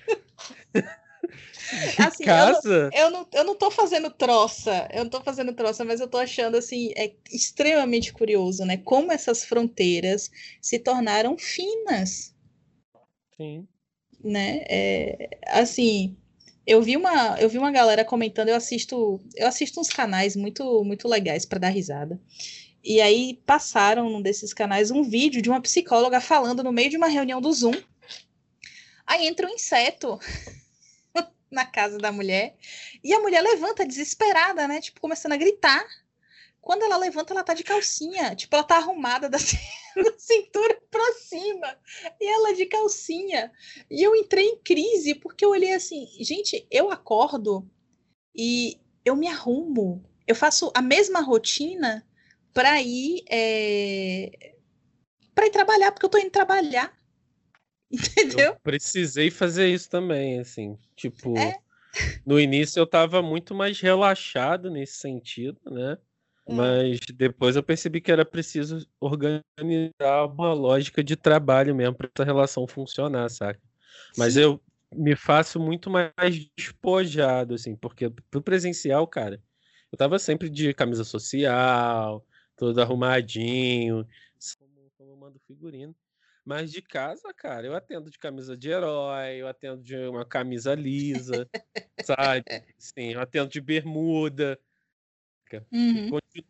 De Assim, casa? eu não tô fazendo troça, mas eu tô achando, assim, extremamente curioso, né? Como essas fronteiras se tornaram finas, Sim. né? Assim, eu vi uma galera comentando, eu assisto uns canais muito, muito legais para dar risada. E aí passaram num desses canais um vídeo de uma psicóloga falando no meio de uma reunião do Zoom. Aí entra um inseto na casa da mulher e a mulher levanta desesperada, né? Tipo, começando a gritar. Quando ela levanta, ela tá de calcinha. Tipo, ela tá arrumada da cintura pra cima. E ela de calcinha. E eu entrei em crise, porque eu olhei assim, gente, eu acordo e eu me arrumo. Eu faço a mesma rotina para ir, para ir trabalhar, porque eu tô indo trabalhar. Eu Entendeu? precisei fazer isso também, assim. Tipo, É. no início eu tava muito mais relaxado nesse sentido, né? Mas depois eu percebi que era preciso organizar uma lógica de trabalho mesmo para essa relação funcionar, saca? Mas Sim. eu me faço muito mais despojado, assim, porque pro presencial, cara, eu tava sempre de camisa social, todo arrumadinho, como eu mando figurino. Mas de casa, cara, eu atendo de camisa de herói, eu atendo de uma camisa lisa, sabe? Sim, eu atendo de bermuda. E Uhum. continuar,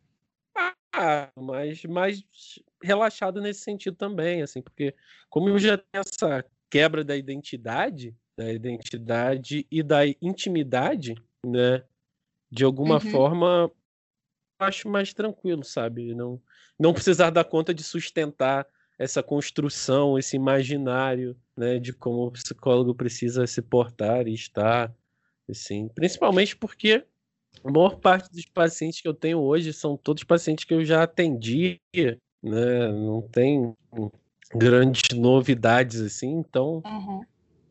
mas mais relaxado nesse sentido também, assim, porque como eu já tenho essa quebra da identidade e da intimidade, né? De alguma Uhum. forma, eu acho mais tranquilo, sabe? Não precisar dar conta de sustentar essa construção, esse imaginário, né? De como o psicólogo precisa se portar e estar, assim, principalmente porque a maior parte dos pacientes que eu tenho hoje são todos pacientes que eu já atendi, né? Não tem grandes novidades assim, então Uhum.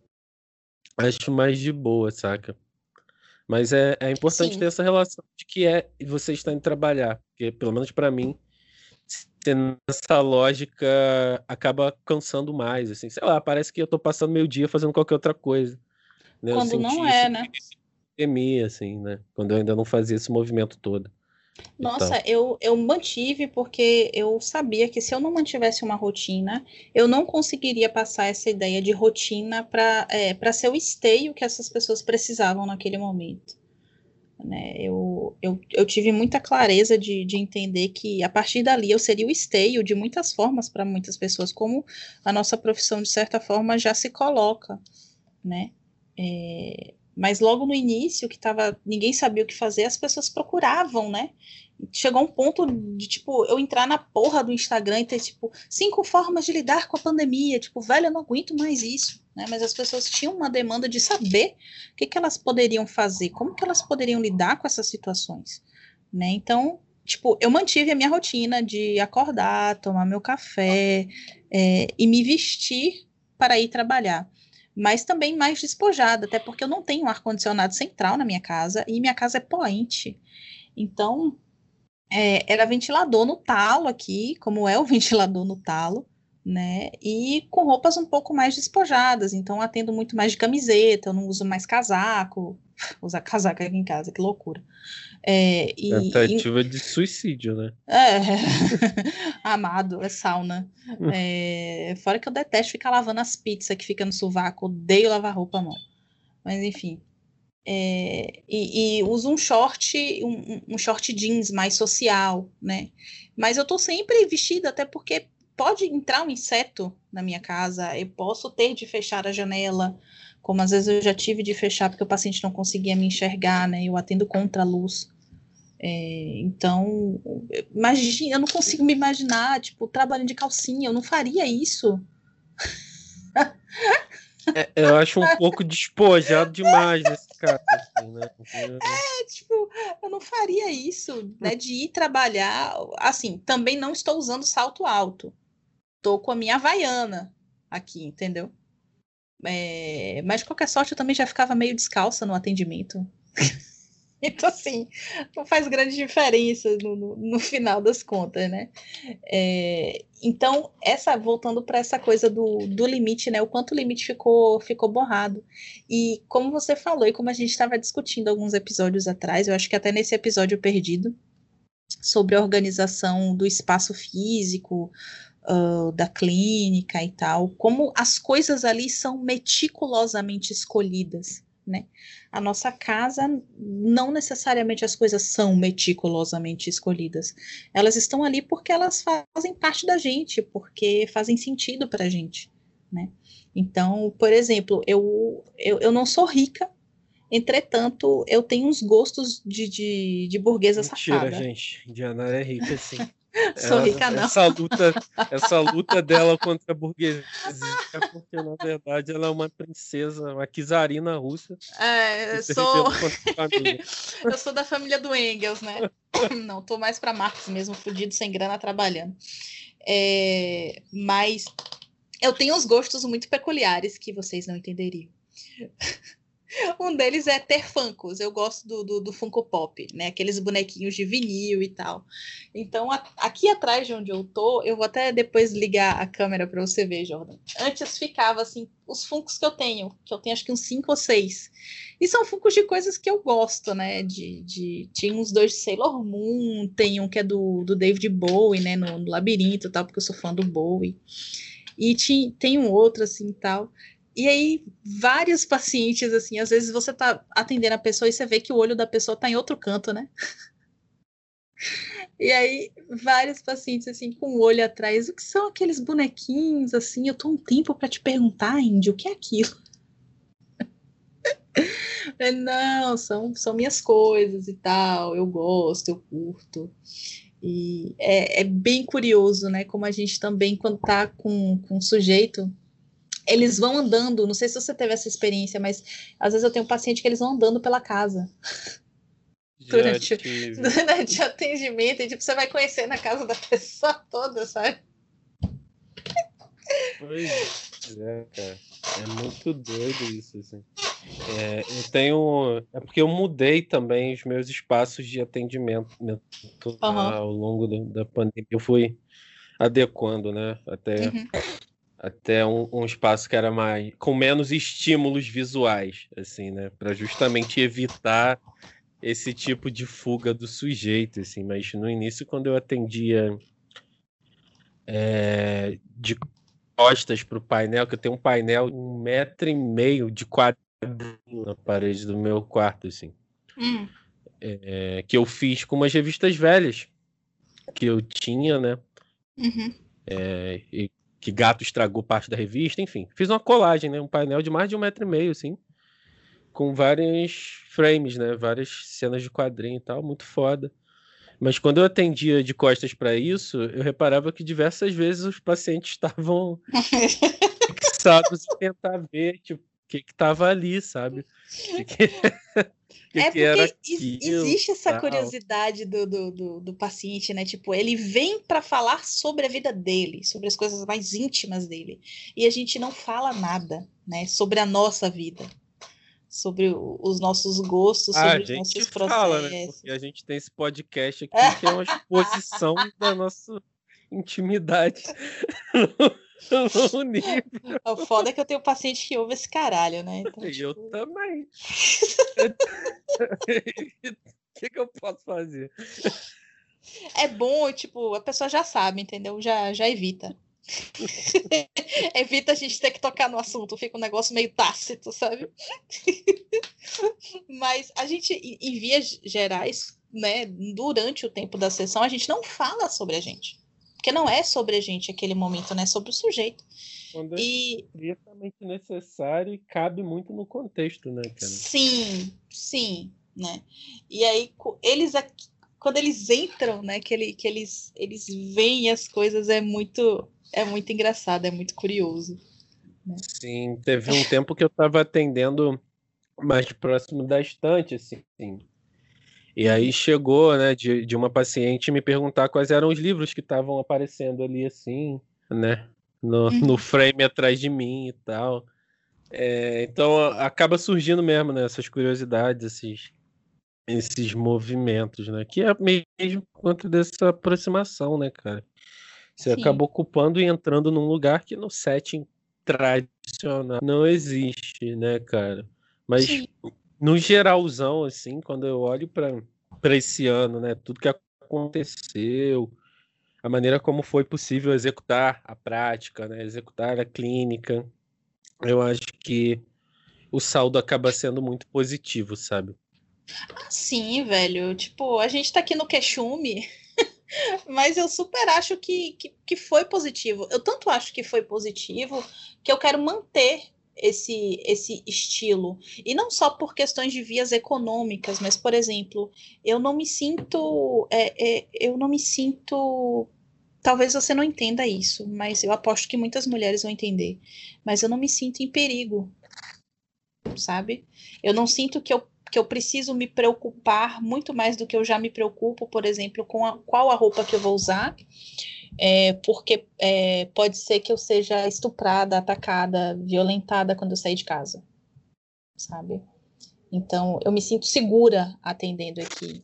acho mais de boa, saca? Mas é importante ter Sim. essa relação de que você está em trabalhar, porque pelo menos para mim, tendo essa lógica acaba cansando mais, assim, sei lá, parece que eu tô passando meio dia fazendo qualquer outra coisa, né? Eu Quando não senti isso é, no né? início da pandemia, assim, né? Quando eu ainda não fazia esse movimento todo. e tal. Nossa, eu mantive porque eu sabia que se eu não mantivesse uma rotina, eu não conseguiria passar essa ideia de rotina para ser o esteio que essas pessoas precisavam naquele momento. Né? Eu tive muita clareza de entender que a partir dali eu seria o esteio de muitas formas para muitas pessoas, como a nossa profissão, de certa forma, já se coloca, né? Mas logo no início, ninguém sabia o que fazer, as pessoas procuravam, né? Chegou um ponto de, tipo, eu entrar na porra do Instagram e ter, tipo, 5 formas de lidar com a pandemia. Tipo, velho, eu não aguento mais isso, né? Mas as pessoas tinham uma demanda de saber o que elas poderiam fazer, como que elas poderiam lidar com essas situações, né? Então, tipo, eu mantive a minha rotina de acordar, tomar meu café, e me vestir para ir trabalhar, mas também mais despojada, até porque eu não tenho um ar-condicionado central na minha casa e minha casa é poente. Então, era ventilador no talo aqui, como é o ventilador no talo, né? E com roupas um pouco mais despojadas. Então, atendo muito mais de camiseta, eu não uso mais casaco. Usar casaco aqui em casa, que loucura. Tentativa de suicídio, né? É, amado, é sauna. Fora que eu detesto ficar lavando as pizzas que fica no sovaco, odeio lavar roupa à mão. Mas enfim. E uso um short jeans mais social, né? Mas eu tô sempre vestida, até porque pode entrar um inseto na minha casa, eu posso ter de fechar a janela, como às vezes eu já tive de fechar porque o paciente não conseguia me enxergar, né? Eu atendo contra a luz. Então, imagina, eu não consigo me imaginar, tipo, trabalhando de calcinha, eu não faria isso. Eu acho um pouco despojado demais nesse caso, assim, né? Tipo, eu não faria isso, né? De ir trabalhar. Assim, também não estou usando salto alto. Tô com a minha Havaiana aqui, entendeu? Mas de qualquer sorte, eu também já ficava meio descalça no atendimento. Então, assim, não faz grande diferença no final das contas, né? Então, voltando para essa coisa do limite, né? O quanto o limite ficou borrado. E como você falou, e como a gente estava discutindo alguns episódios atrás, eu acho que até nesse episódio perdido, sobre a organização do espaço físico, da clínica e tal, como as coisas ali são meticulosamente escolhidas, né? A nossa casa, não necessariamente as coisas são meticulosamente escolhidas. Elas estão ali porque elas fazem parte da gente, porque fazem sentido para a gente, né? Então, por exemplo, eu não sou rica, entretanto, eu tenho uns gostos de burguesa Mentira, safada. gente. Diana é rica, sim. Sou rica, não. Essa luta dela contra a burguesia é porque, na verdade, ela é uma princesa, uma czarina russa que se Sou. rebelou contra a família. Eu sou da família do Engels, né? Não, tô mais para Marx mesmo, fudido, sem grana, trabalhando. Mas eu tenho uns gostos muito peculiares que vocês não entenderiam. Um deles é ter Funkos. Eu gosto do Funko Pop, né? Aqueles bonequinhos de vinil e tal. Então, aqui atrás de onde eu tô, eu vou até depois ligar a câmera para você ver, Jordan. Antes ficava assim, os Funkos que eu tenho acho que uns 5 ou 6. E são Funkos de coisas que eu gosto, né? Tinha uns 2 de Sailor Moon, tem um que é do David Bowie, né? No Labirinto e tal, porque eu sou fã do Bowie. E tem um outro assim e tal. E aí, vários pacientes, assim, às vezes você tá atendendo a pessoa e você vê que o olho da pessoa tá em outro canto, né? E aí, vários pacientes, assim, com o olho atrás. O que são aqueles bonequinhos, assim? Eu tô um tempo para te perguntar, Índio, o que é aquilo? Não, são minhas coisas e tal. Eu gosto, eu curto. E é bem curioso, né? Como a gente também, quando tá com um sujeito, eles vão andando, não sei se você teve essa experiência, mas às vezes eu tenho um paciente que eles vão andando pela casa Já durante, tive. durante o atendimento, e tipo, você vai conhecer na casa da pessoa toda, sabe? Pois é, cara. É muito doido isso, assim. Eu tenho. É porque eu mudei também os meus espaços de atendimento, né, Uhum, ao longo da pandemia. Eu fui adequando, né? uhum. Até um espaço que era com menos estímulos visuais, assim, né? Para justamente evitar esse tipo de fuga do sujeito, assim, mas no início, quando eu atendia de costas para o painel, que eu tenho um painel de 1,5 m de quadrinho na parede do meu quarto, assim, que eu fiz com umas revistas velhas que eu tinha, né? E que gato estragou parte da revista, enfim. Fiz uma colagem, né? Um painel de mais de 1,5 m, assim, com vários frames, né? Várias cenas de quadrinho e tal, muito foda. Mas quando eu atendia de costas para isso, eu reparava que diversas vezes os pacientes estavam fixados em tentar ver, tipo, o que estava ali, sabe? O que era porque aquilo, existe essa tal. curiosidade do paciente, né? Tipo, ele vem para falar sobre a vida dele, sobre as coisas mais íntimas dele. E a gente não fala nada, né? Sobre a nossa vida, sobre os nossos gostos, A sobre os gente nossos fala, né? processos. Porque a gente tem esse podcast aqui que é uma exposição da nossa intimidade no nível. O foda é que eu tenho paciente que ouve esse caralho, né? Então, E eu tipo... também. O que eu posso fazer? É bom, tipo, a pessoa já sabe, entendeu? Já evita. Evita a gente ter que tocar no assunto, fica um negócio meio tácito, sabe? Mas a gente, em vias gerais, né, durante o tempo da sessão, a gente não fala sobre a gente. Porque não é sobre a gente aquele momento, né? É sobre o sujeito. Quando é E diretamente necessário e cabe muito no contexto, né, cara? sim, né? E aí, eles aqui, quando eles entram, né, que eles veem as coisas, é muito engraçado, é muito curioso. Né? Sim, teve um tempo que eu estava atendendo mais próximo da estante, assim. E aí chegou, né, de uma paciente me perguntar quais eram os livros que estavam aparecendo ali, assim, né, no frame atrás de mim e tal. Então acaba surgindo mesmo, né, essas curiosidades, esses movimentos, né, que é mesmo por conta dessa aproximação, né, cara. Você Sim. acaba ocupando e entrando num lugar que no setting tradicional não existe, né, cara? Mas Sim. no geralzão, assim, quando eu olho para esse ano, né, tudo que aconteceu, a maneira como foi possível executar a prática, né, executar a clínica, eu acho que o saldo acaba sendo muito positivo, sabe? Sim, velho. Tipo, a gente tá aqui no queixume, mas eu super acho que foi positivo. Eu tanto acho que foi positivo que eu quero manter esse estilo. E não só por questões de vias econômicas, mas, por exemplo, eu não me sinto. Eu não me sinto. Talvez você não entenda isso, mas eu aposto que muitas mulheres vão entender. Mas eu não me sinto em perigo, sabe? Eu não sinto que eu preciso me preocupar muito mais do que eu já me preocupo, por exemplo, com qual a roupa que eu vou usar, porque pode ser que eu seja estuprada, atacada, violentada quando eu sair de casa, sabe? Então, eu me sinto segura atendendo aqui.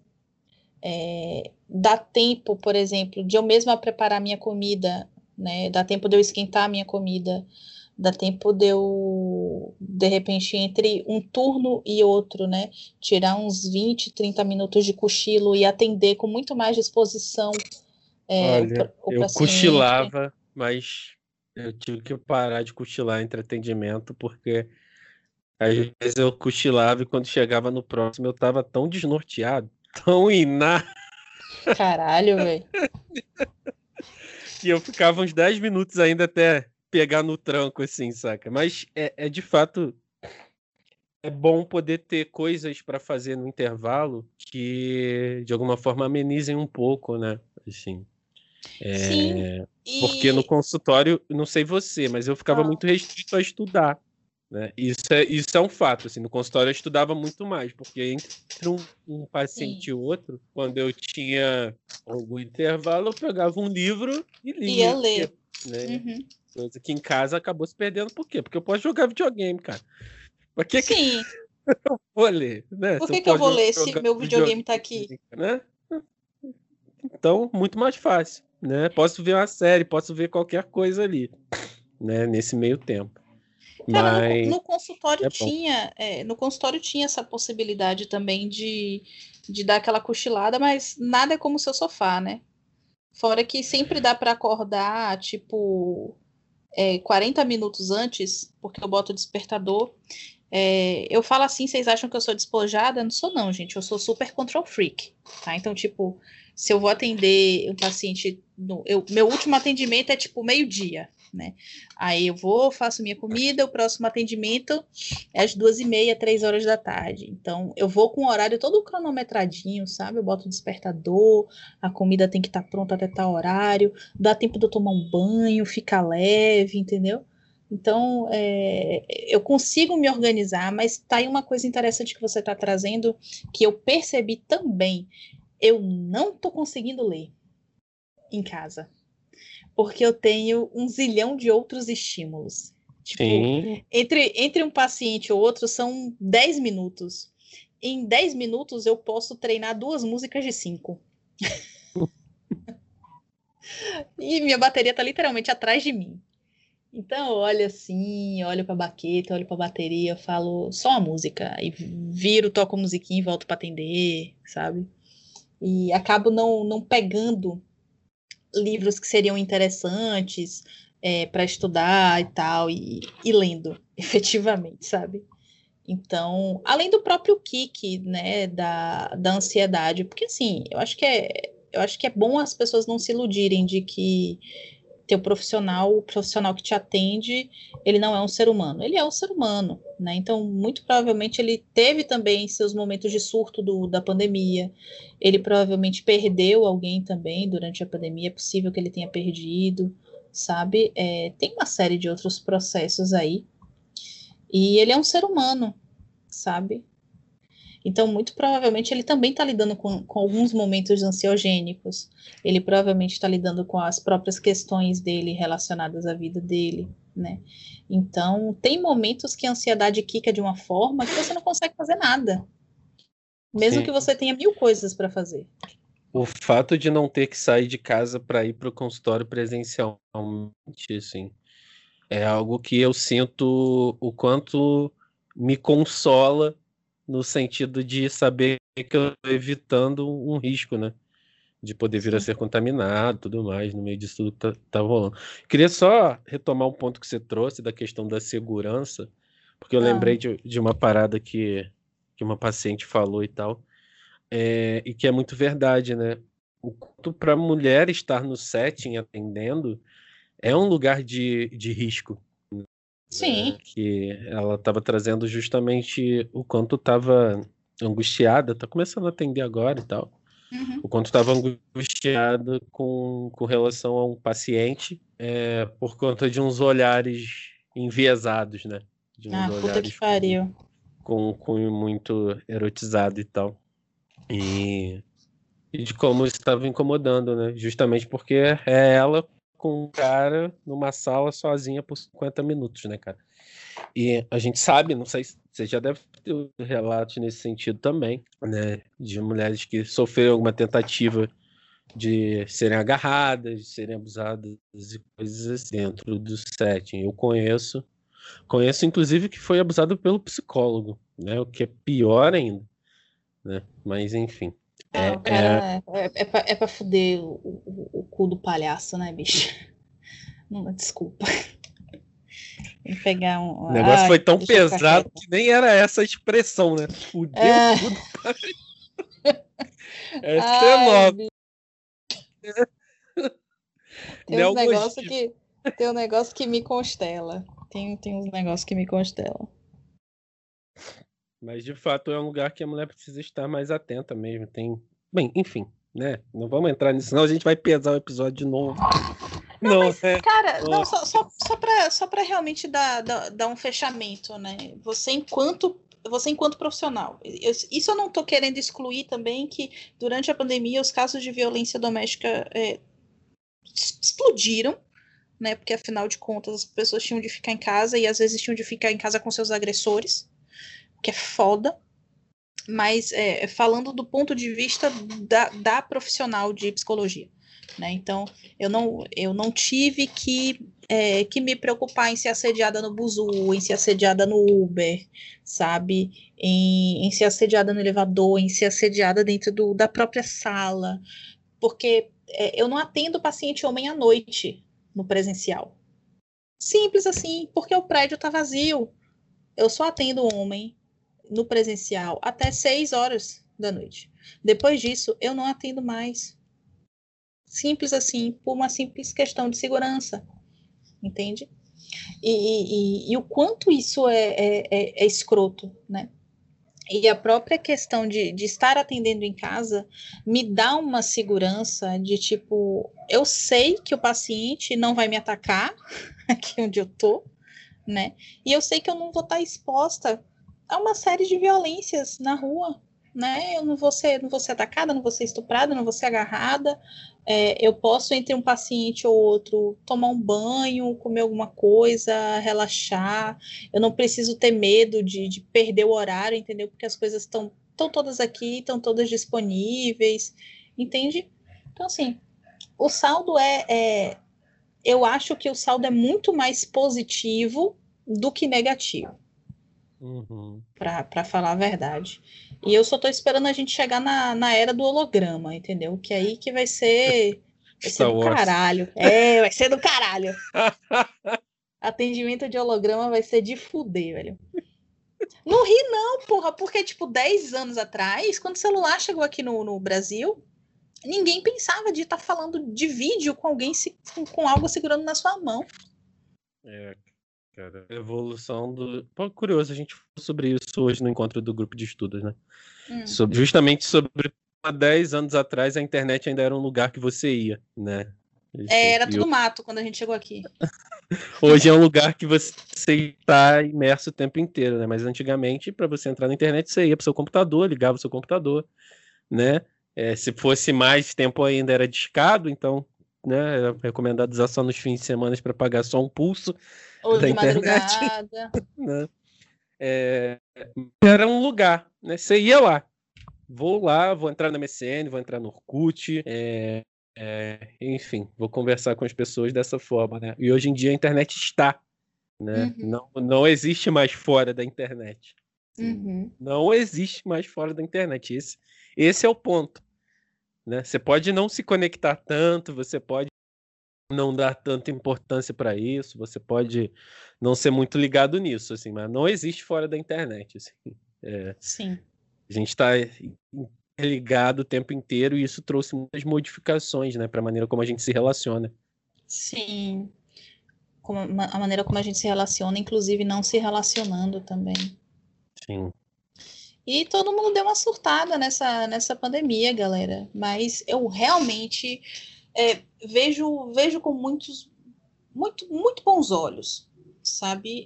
Dá tempo, por exemplo, de eu mesma preparar minha comida, né? Dá tempo de eu esquentar a minha comida, dá tempo de eu, de repente, entre um turno e outro, né? Tirar uns 20, 30 minutos de cochilo e atender com muito mais disposição Olha, o eu paciente. cochilava, mas eu tive que parar de cochilar entre atendimento, porque às vezes eu cochilava e quando chegava no próximo eu tava tão desnorteado, tão iná, Caralho, velho. que eu ficava uns 10 minutos ainda até pegar no tranco, assim, saca? Mas de fato é bom poder ter coisas para fazer no intervalo que de alguma forma amenizem um pouco, né? Assim, Sim, porque no e. consultório, não sei você, mas eu ficava Ah, muito restrito a estudar. Né? Isso é um fato. Assim, no consultório eu estudava muito mais, porque entre um paciente sim, e outro, quando eu tinha algum intervalo, eu pegava um livro e ia lia. ler. Né? Uhum. Coisa que em casa acabou se perdendo. Por quê? Porque eu posso jogar videogame, cara. Pra que Sim, eu vou ler? Né? por Se eu que eu posso vou ler se jogar meu videogame videogame, tá aqui? né? Então, muito mais fácil. Né? Posso ver uma série, posso ver qualquer coisa ali, né? Nesse meio tempo. Cara, Mas no consultório é bom. no consultório tinha essa possibilidade também de dar aquela cochilada, mas nada é como o seu sofá, né? Fora que sempre dá para acordar, tipo, 40 minutos antes, porque eu boto o despertador. Eu falo assim, vocês acham que eu sou despojada? Não sou não, gente. Eu sou super control freak, tá? Então, tipo, se eu vou atender um paciente... meu último atendimento é, tipo, meio-dia, né? Aí eu vou, faço minha comida, o próximo atendimento é às 2h30, 3 horas da tarde. Então, eu vou com o horário todo cronometradinho, sabe? Eu boto o despertador, a comida tem que estar pronta até tal horário, dá tempo de eu tomar um banho, ficar leve, entendeu? Então, eu consigo me organizar, mas tá aí uma coisa interessante que você está trazendo, que eu percebi também. Eu não estou conseguindo ler em casa, porque eu tenho um zilhão de outros estímulos. Tipo, Sim, entre um paciente e outro são 10 minutos. Em 10 minutos eu posso treinar 2 músicas de 5. E minha bateria tá literalmente atrás de mim. Então, eu olho assim, olho pra baqueta, olho pra bateria, eu falo só a música. Aí viro, toco a musiquinha e volto pra atender, sabe? E acabo não pegando livros que seriam interessantes para estudar e tal, e lendo, efetivamente, sabe? Então, além do próprio kick, né, da ansiedade, porque assim, eu acho que é bom as pessoas não se iludirem de que o profissional que te atende, ele não é um ser humano. Ele é um ser humano, né? Então, muito provavelmente ele teve também seus momentos de surto da pandemia. Ele provavelmente perdeu alguém também durante a pandemia. É possível que ele tenha perdido, sabe? Tem uma série de outros processos aí. E ele é um ser humano, sabe? Então, muito provavelmente, ele também está lidando com alguns momentos ansiogênicos. Ele provavelmente está lidando com as próprias questões dele relacionadas à vida dele, né? Então, tem momentos que a ansiedade quica de uma forma que você não consegue fazer nada, mesmo que sim. você tenha 1000 coisas para fazer. O fato de não ter que sair de casa para ir para o consultório presencialmente, assim, é algo que eu sinto o quanto me consola no sentido de saber que eu estou evitando um risco, né? De poder vir a Sim. ser contaminado, tudo mais, no meio disso tudo que tá rolando. Queria só retomar um ponto que você trouxe da questão da segurança, porque eu Ah, lembrei de uma parada que uma paciente falou e tal, e que é muito verdade, né? O quanto para a mulher estar no setting atendendo é um lugar de risco, sim. né? Que ela estava trazendo justamente o quanto estava angustiada, tá começando a atender agora e tal, Uhum. o quanto estava angustiada com relação a um paciente, por conta de uns olhares enviesados, né? De uns Ah, puta que olhares pariu. com cunho muito erotizado e tal. E, e de como isso estava incomodando, né? Justamente porque é ela com um cara numa sala sozinha por 50 minutos, né, cara? E a gente sabe, não sei se você já deve ter relatos nesse sentido também, né? De mulheres que sofreram alguma tentativa de serem agarradas, de serem abusadas e coisas assim dentro do setting. Eu conheço inclusive que foi abusado pelo psicólogo, né? O que é pior ainda, né? Mas enfim, Ah, é, o é, cara é pra fuder o cu do palhaço, né, bicho? Não, desculpa. Tem que pegar um. o negócio foi Ai, tão deixa eu ficar pesado quieta. que nem era essa a expressão, né? Fudeu o É, cu do pai. É ai, xenófobo, bicho, tem uns negócios neologismo. que. Tem um negócio que me constela. Tem uns negócios que me constelam. Mas de fato é um lugar que a mulher precisa estar mais atenta mesmo. Tem, bem, enfim, né? Não vamos entrar nisso, senão a gente vai pesar o episódio de novo. Não, Não, mas, cara, não, só pra realmente dar um fechamento, né? Você enquanto profissional. Isso eu não tô querendo excluir também que durante a pandemia os casos de violência doméstica explodiram, né? Porque afinal de contas as pessoas tinham de ficar em casa e às vezes tinham de ficar em casa com seus agressores, que é foda. Mas falando do ponto de vista da profissional de psicologia, né? Então eu não tive que que me preocupar em ser assediada no Buzu, em ser assediada no Uber, sabe? Em ser assediada no elevador, em ser assediada dentro da própria sala. Porque eu não atendo paciente homem à noite no presencial. Simples assim, porque o prédio está vazio. Eu só atendo homem no presencial até 6 horas da noite. Depois disso, eu não atendo mais. Simples assim, por uma simples questão de segurança. Entende? E o quanto isso é escroto, né? E a própria questão de estar atendendo em casa me dá uma segurança de tipo, eu sei que o paciente não vai me atacar aqui onde eu tô, né? E eu sei que eu não vou estar exposta a uma série de violências na rua, né? Eu não vou ser atacada, não vou ser estuprada, não vou ser agarrada. Eu posso, entre um paciente ou outro, tomar um banho, comer alguma coisa, relaxar. Eu não preciso ter medo de perder o horário, entendeu? Porque as coisas estão todas aqui, estão todas disponíveis, entende? Então, assim, o saldo eu acho que o saldo é muito mais positivo do que negativo. Uhum. Para falar a verdade. E eu só tô esperando a gente chegar na era do holograma, entendeu? Que aí que vai ser Star do Wars. caralho. Vai ser do caralho. Atendimento de holograma vai ser de fuder, velho. Não ri não, porra, porque tipo 10 anos atrás, quando o celular chegou aqui no Brasil, ninguém pensava de estar falando de vídeo com alguém com algo segurando na sua mão. Cara, evolução do... Pô, curioso, a gente falou sobre isso hoje no encontro do grupo de estudos, né? Justamente sobre há 10 anos atrás a internet ainda era um lugar que você ia, né? Era tudo mato quando a gente chegou aqui. Hoje é um lugar que você está imerso o tempo inteiro, né? Mas antigamente, para você entrar na internet, você ia para o seu computador, ligava o seu computador, né? Se fosse mais tempo ainda era discado, então, né? Era recomendado usar só nos fins de semana para pagar só um pulso ou da de internet. Madrugada. Né? Era um lugar, né? Você ia lá. Vou lá, vou entrar na MSN, vou entrar no Orkut, enfim, vou conversar com as pessoas dessa forma, né? E hoje em dia a internet está, né? Uhum. Não existe mais fora da internet. Uhum. Não existe mais fora da internet. Esse é o ponto, né? Você pode não se conectar tanto, você pode não dar tanta importância para isso, você pode não ser muito ligado nisso, assim, mas não existe fora da internet, assim. Sim. A gente está ligado o tempo inteiro e isso trouxe muitas modificações, né, para a maneira como a gente se relaciona. Sim. A maneira como a gente se relaciona, inclusive não se relacionando também. Sim. E todo mundo deu uma surtada nessa pandemia, galera. Mas eu realmente vejo com muito bons olhos, sabe?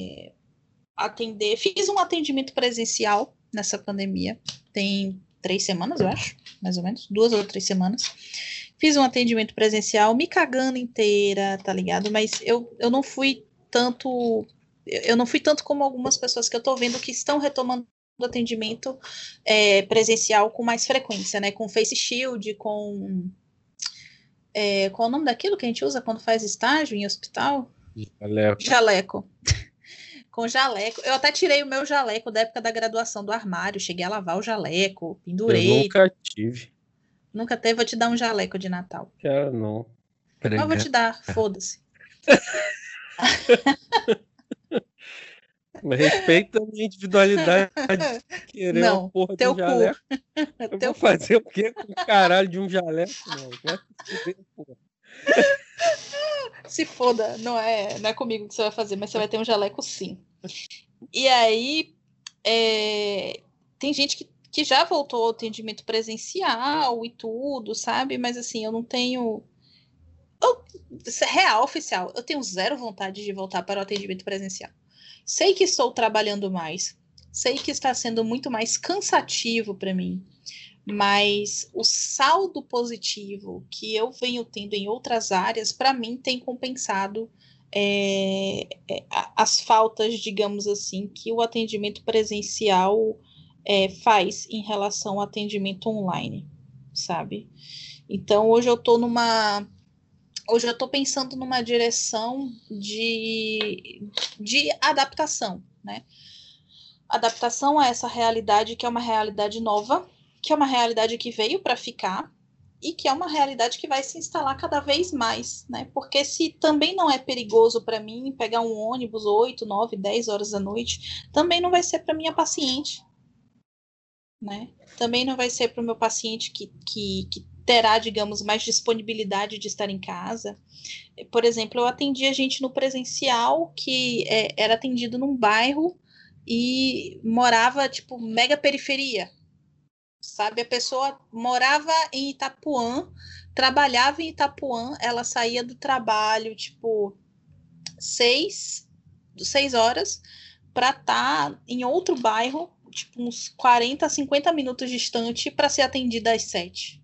Fiz um atendimento presencial nessa pandemia. Tem 3 semanas, eu acho, mais ou menos, 2 ou 3 semanas. Fiz um atendimento presencial, me cagando inteira, tá ligado? Mas eu não fui tanto. Eu não fui tanto como algumas pessoas que eu tô vendo que estão retomando o atendimento presencial com mais frequência, né? Com face shield, com. Qual é o nome daquilo que a gente usa quando faz estágio em hospital? Jaleco. Com jaleco. Eu até tirei o meu jaleco da época da graduação do armário. Cheguei a lavar o jaleco, pendurei. Eu nunca tive. Nunca teve, vou te dar um jaleco de Natal. Quero não. Mas vou te dar, foda-se. Respeita a minha individualidade de querer uma porra de um jaleco. Eu vou fazer o quê com o caralho de um jaleco? Não, vai se fuder, porra. Se foda, não é comigo que você vai fazer, mas você vai ter um jaleco sim. E aí, tem gente que já voltou ao atendimento presencial e tudo, sabe? Mas assim, eu não tenho. Real, oficial, eu tenho zero vontade de voltar para o atendimento presencial. Sei que estou trabalhando mais, sei que está sendo muito mais cansativo para mim, mas o saldo positivo que eu venho tendo em outras áreas, para mim, tem compensado as faltas, digamos assim, que o atendimento presencial faz em relação ao atendimento online, sabe? Então, hoje eu estou hoje eu estou pensando numa direção de adaptação, né? Adaptação a essa realidade que é uma realidade nova, que é uma realidade que veio para ficar e que é uma realidade que vai se instalar cada vez mais, né? Porque se também não é perigoso para mim pegar um ônibus 8, 9, 10 horas da noite, também não vai ser para minha paciente, né? Também não vai ser para o meu paciente que terá, digamos, mais disponibilidade de estar em casa. Por exemplo, eu atendi a gente no presencial que era atendido num bairro e morava, tipo, mega periferia, sabe? A pessoa morava em Itapuã, trabalhava em Itapuã, ela saía do trabalho, tipo, 6 horas para estar em outro bairro, tipo, uns 40, 50 minutos distante para ser atendida às 7.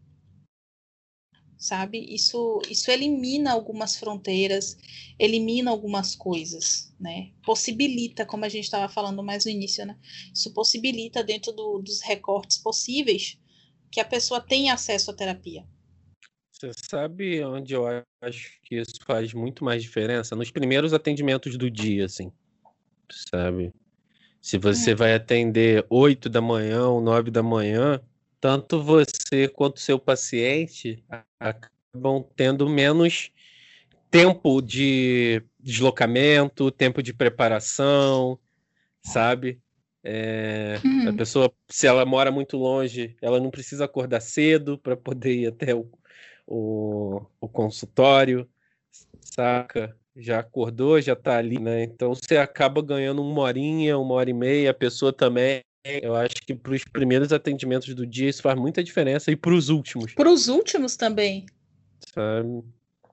Sabe? Isso elimina algumas fronteiras, elimina algumas coisas, né? Possibilita, como a gente estava falando mais no início, né? Isso possibilita, dentro dos recortes possíveis, que a pessoa tenha acesso à terapia. Você sabe onde eu acho que isso faz muito mais diferença? Nos primeiros atendimentos do dia, assim, sabe? Se você vai atender 8 da manhã ou 9 da manhã, tanto você quanto seu paciente acabam tendo menos tempo de deslocamento, tempo de preparação, sabe? A pessoa, se ela mora muito longe, ela não precisa acordar cedo para poder ir até o consultório, saca? Já acordou, já tá ali, né? Então você acaba ganhando 1 horinha, 1 hora e meia, a pessoa também. Eu acho que para os primeiros atendimentos do dia isso faz muita diferença e para os últimos, Para os últimos também. sabe?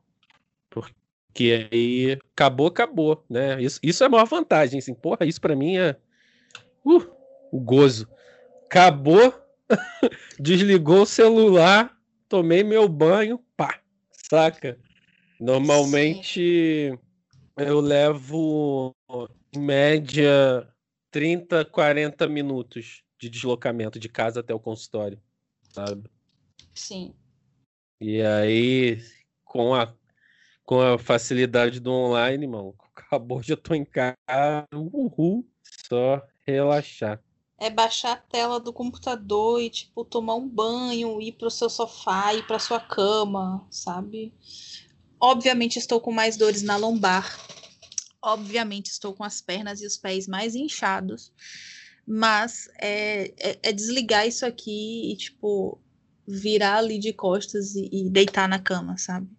Porque aí acabou, né? Isso é a maior vantagem, assim. Porra, isso para mim é uh, o gozo. Acabou, desligou o celular, tomei meu banho, pá, saca? Sim, Normalmente eu levo, em média, 30, 40 minutos de deslocamento de casa até o consultório, sabe? sim. E aí, com a, com a facilidade do online, mano, acabou, já tô em casa, uhul, só relaxar. É baixar a tela do computador e, tipo, tomar um banho, ir pro seu sofá, ir pra sua cama, sabe? Obviamente estou com mais dores na lombar. Obviamente estou com as pernas e os pés mais inchados. Mas é desligar isso aqui e, tipo, virar ali de costas e deitar na cama, sabe?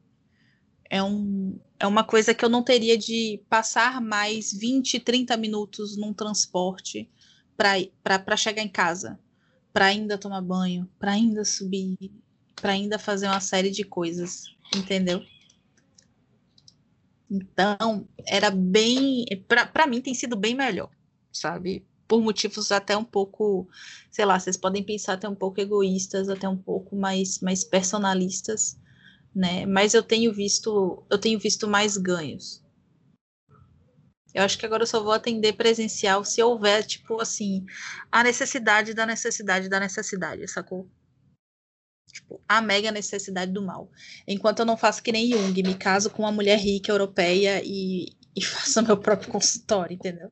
É uma coisa que eu não teria de passar mais 20, 30 minutos num transporte para chegar em casa, para ainda tomar banho, para ainda subir, para ainda fazer uma série de coisas, entendeu? Então, era bem. Para mim, tem sido bem melhor, sabe? Por motivos até um pouco, sei lá, vocês podem pensar até um pouco egoístas, até um pouco mais personalistas, né? Mas eu tenho visto mais ganhos. Eu acho que agora eu só vou atender presencial se houver, tipo assim, a necessidade da necessidade da necessidade, sacou? Tipo, a mega necessidade do mal. Enquanto eu não faço que nem Jung, me caso com uma mulher rica europeia e faço meu próprio consultório, entendeu?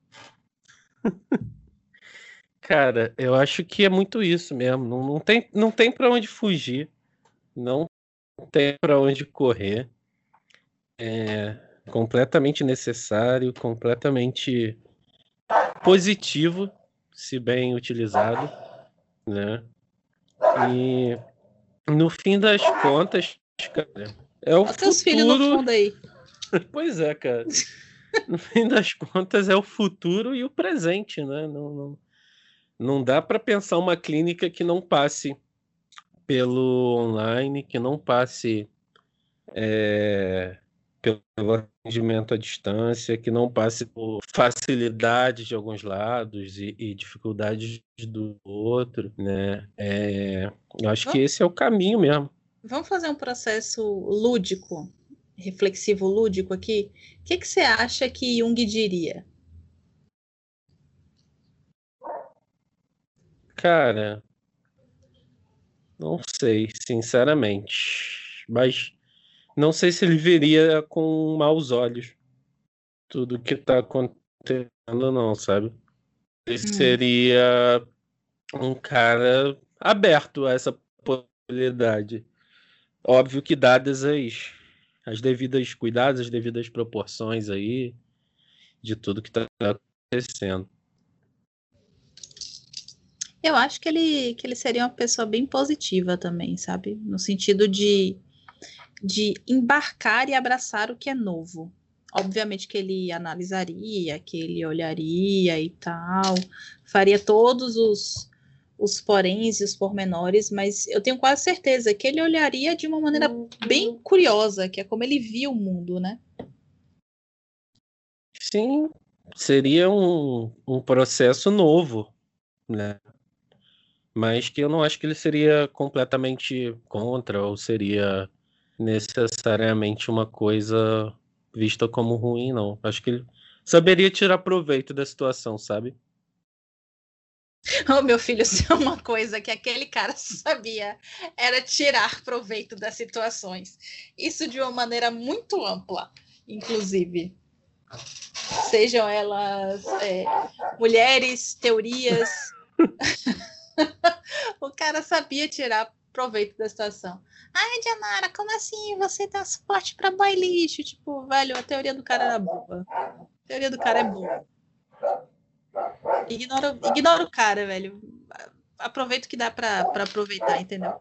Cara, eu acho que é muito isso mesmo. Não tem para onde fugir, não tem para onde correr. É completamente necessário, completamente positivo, se bem utilizado, né? E no fim das contas, cara, é o Olha teus filhos no futuro. fundo aí. Pois é, cara. No fim das contas, é o futuro e o presente, né? Não dá para pensar uma clínica que não passe pelo online, que não passe pelo atendimento à distância, que não passe por facilidades de alguns lados e dificuldades do outro, né? Eu acho que Vamos, esse é o caminho mesmo. vamos fazer um processo lúdico, reflexivo lúdico aqui. O que você acha que Jung diria? Cara, não sei, sinceramente. Mas Não sei se ele veria com maus olhos tudo que tá acontecendo, não, sabe? Ele seria um cara aberto a essa possibilidade. Óbvio que dadas as devidas cuidados, as devidas proporções aí de tudo que tá acontecendo. Eu acho que ele seria uma pessoa bem positiva também, sabe? No sentido de embarcar e abraçar o que é novo. Obviamente que ele analisaria, que ele olharia e tal, faria todos os poréns e os pormenores, mas eu tenho quase certeza que ele olharia de uma maneira bem curiosa, que é como ele via o mundo, né? Sim, seria um processo novo, né? Mas que eu não acho que ele seria completamente contra ou seria necessariamente uma coisa vista como ruim, não. Acho que ele saberia tirar proveito da situação, sabe? Oh, meu filho, se é uma coisa que aquele cara sabia, era tirar proveito das situações. Isso de uma maneira muito ampla, inclusive. Sejam elas mulheres, teorias. O cara sabia tirar proveito da situação. Ai, Dianara, como assim? Você dá suporte pra boy lixo? Tipo, velho, a teoria do cara era boa. A teoria do cara é boa. Ignora o cara, velho. Aproveita o que dá pra aproveitar, entendeu?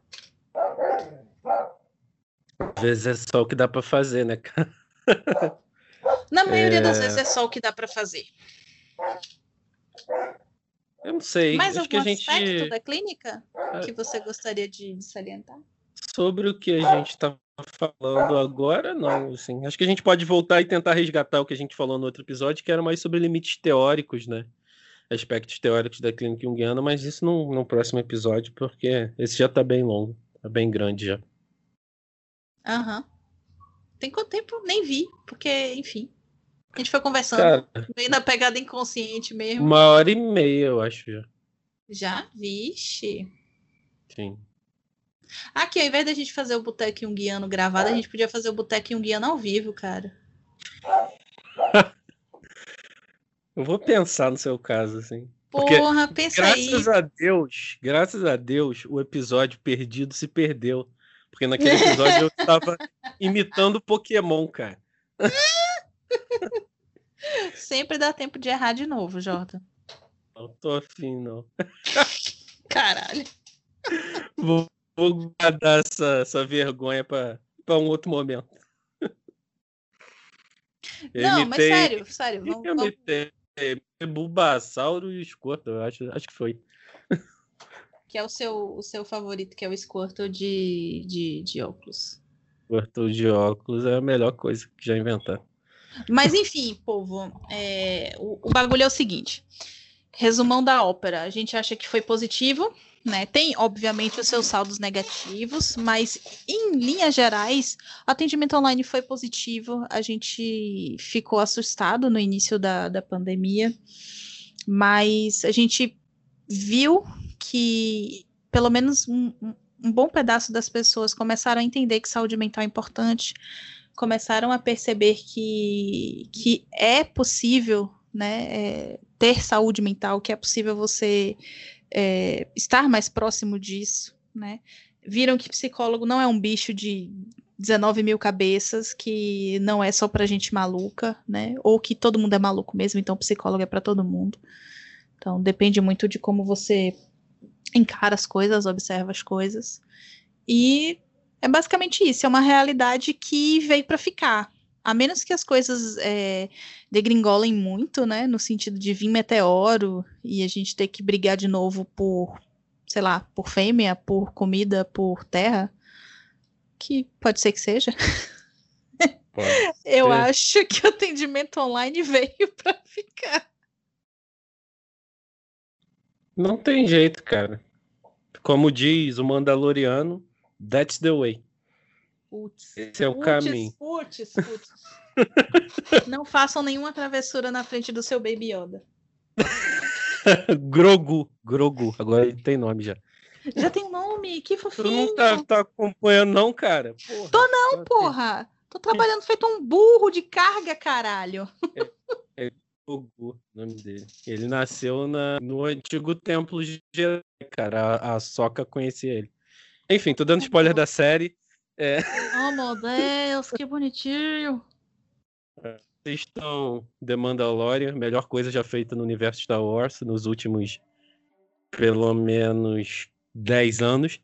Às vezes é só o que dá pra fazer, né, cara? Na maioria das vezes é só o que dá pra fazer. Eu não sei. Mais Acho que algum a aspecto gente. da clínica que você gostaria de salientar? Sobre o que a gente tá falando agora, não, assim. Acho que a gente pode voltar e tentar resgatar o que a gente falou no outro episódio, que era mais sobre limites teóricos, né? Aspectos teóricos da clínica junguiana, mas isso no próximo episódio, porque esse já tá bem longo, tá bem grande já. Aham. Tem quanto tempo? Nem vi, porque, enfim. A gente foi conversando, Cara, meio na pegada inconsciente mesmo. 1h30, eu acho já. Já? Vixe. Sim. Aqui, ao invés da gente fazer o Boteco Junguiano gravado, a gente podia fazer o Boteco Junguiano ao vivo, cara. Eu vou pensar no seu caso, assim. Porque, Porra, pensa aí. graças a Deus, o episódio perdido se perdeu. Porque naquele episódio eu estava imitando Pokémon, cara. Sempre dá tempo de errar de novo, Jordan. Não tô afim, não. Caralho. Vou guardar essa vergonha pra um outro momento. Não, mas sério. Eu imitei Bulbasauro e Squirtle, eu acho que foi. Que é o seu favorito, que é o Squirtle de óculos. Squirtle de óculos é a melhor coisa que já inventaram. Mas enfim, povo, o bagulho é o seguinte. Resumão da ópera. A gente acha que foi positivo, né? Tem, obviamente, os seus saldos negativos, mas, em linhas gerais, o atendimento online foi positivo. A gente ficou assustado no início da pandemia, mas a gente viu que, pelo menos, um bom pedaço das pessoas começaram a entender que saúde mental é importante, começaram a perceber que é possível, né, ter saúde mental, que é possível você estar mais próximo disso, né? Viram que psicólogo não é um bicho de 19 mil cabeças, que não é só pra gente maluca, né? Ou que todo mundo é maluco mesmo, então psicólogo é pra todo mundo. Então depende muito de como você encara as coisas, observa as coisas. E é basicamente isso, é uma realidade que veio para ficar. A menos que as coisas degringolem muito, né? No sentido de vir meteoro e a gente ter que brigar de novo por, sei lá, por fêmea, por comida, por terra. Que pode ser que seja. Eu acho que o atendimento online veio para ficar. Não tem jeito, cara. Como diz o Mandaloriano, that's the way. Putz, esse é o caminho. Putz. Não façam nenhuma travessura na frente do seu Baby Yoda. Grogu. Agora ele tem nome já. Já tem um Mi, que Tu fofinho. não tá acompanhando, não, cara? Porra, Tô não, porra. Tô trabalhando feito um burro de carga, caralho. É Gogu, o nome dele. Ele nasceu no antigo templo de Jedi, cara. A Sokka conhecia ele. Enfim, tô dando spoiler da série. Oh, meu Deus, que bonitinho. Assistam The Mandalorian, melhor coisa já feita no universo Star Wars nos últimos, pelo menos, 10 anos.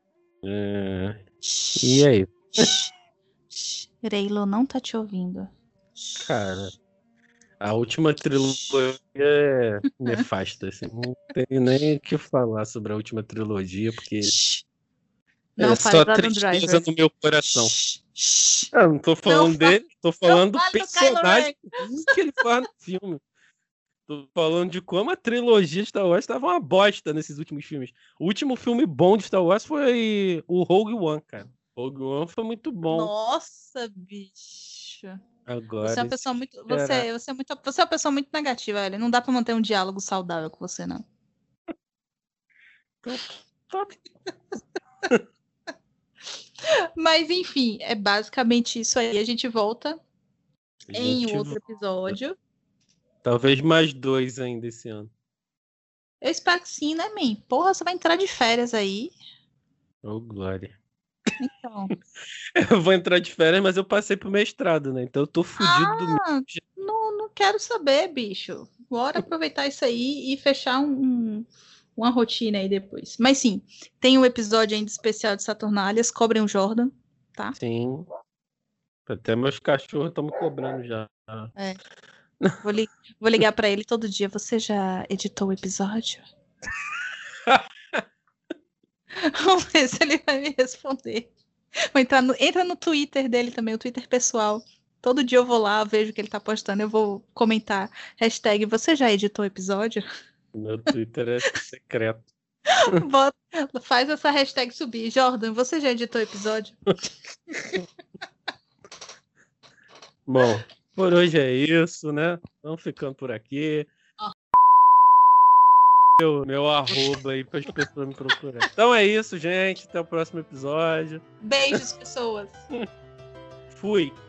E aí, Reylo não tá te ouvindo. cara, a última trilogia é nefasta, assim. Não tem nem o que falar sobre a última trilogia, porque Não é fale só do Adam tristeza Driver. no meu coração. Eu não tô falando dele, tô falando do fale do Kylo personagem Ren. ruim que ele faz no filme. Tô falando de como a trilogia de Star Wars estava uma bosta nesses últimos filmes. O último filme bom de Star Wars foi o Rogue One, cara. Rogue One foi muito bom. Nossa, bicho. Você é Agora, uma pessoa esse muito. será. Você é uma pessoa muito negativa, velho. Não dá pra manter um diálogo saudável com você, não. Mas enfim, é basicamente isso aí. A gente volta A em gente outro episódio. talvez mais 2 ainda esse ano. Eu espero que sim, né, Man? Porra, você vai entrar de férias aí. Ô, glória. Então. Eu vou entrar de férias, mas eu passei pro mestrado, né? Então eu tô fudido do mesmo Ah, jeito. não quero saber, bicho. Bora aproveitar isso aí e fechar uma rotina aí depois. Mas sim, tem um episódio ainda especial de Saturnalias. Cobrem o Jordan, tá? Sim. Até meus cachorros estão me cobrando já. É. Vou, vou ligar pra ele todo dia. Você já editou o episódio? Vamos ver se ele vai me responder. Vou entrar entra no Twitter dele também, o Twitter pessoal. Todo dia eu vou lá, vejo o que ele tá postando, eu vou comentar. Hashtag, você já editou o episódio? Meu Twitter é secreto. Faz essa hashtag subir. Jordan, você já editou o episódio? Bom, por hoje é isso, né? Vamos ficando por aqui. Meu arroba aí para as pessoas me procurarem. Então é isso, gente. Até o próximo episódio. Beijos, pessoas. Fui.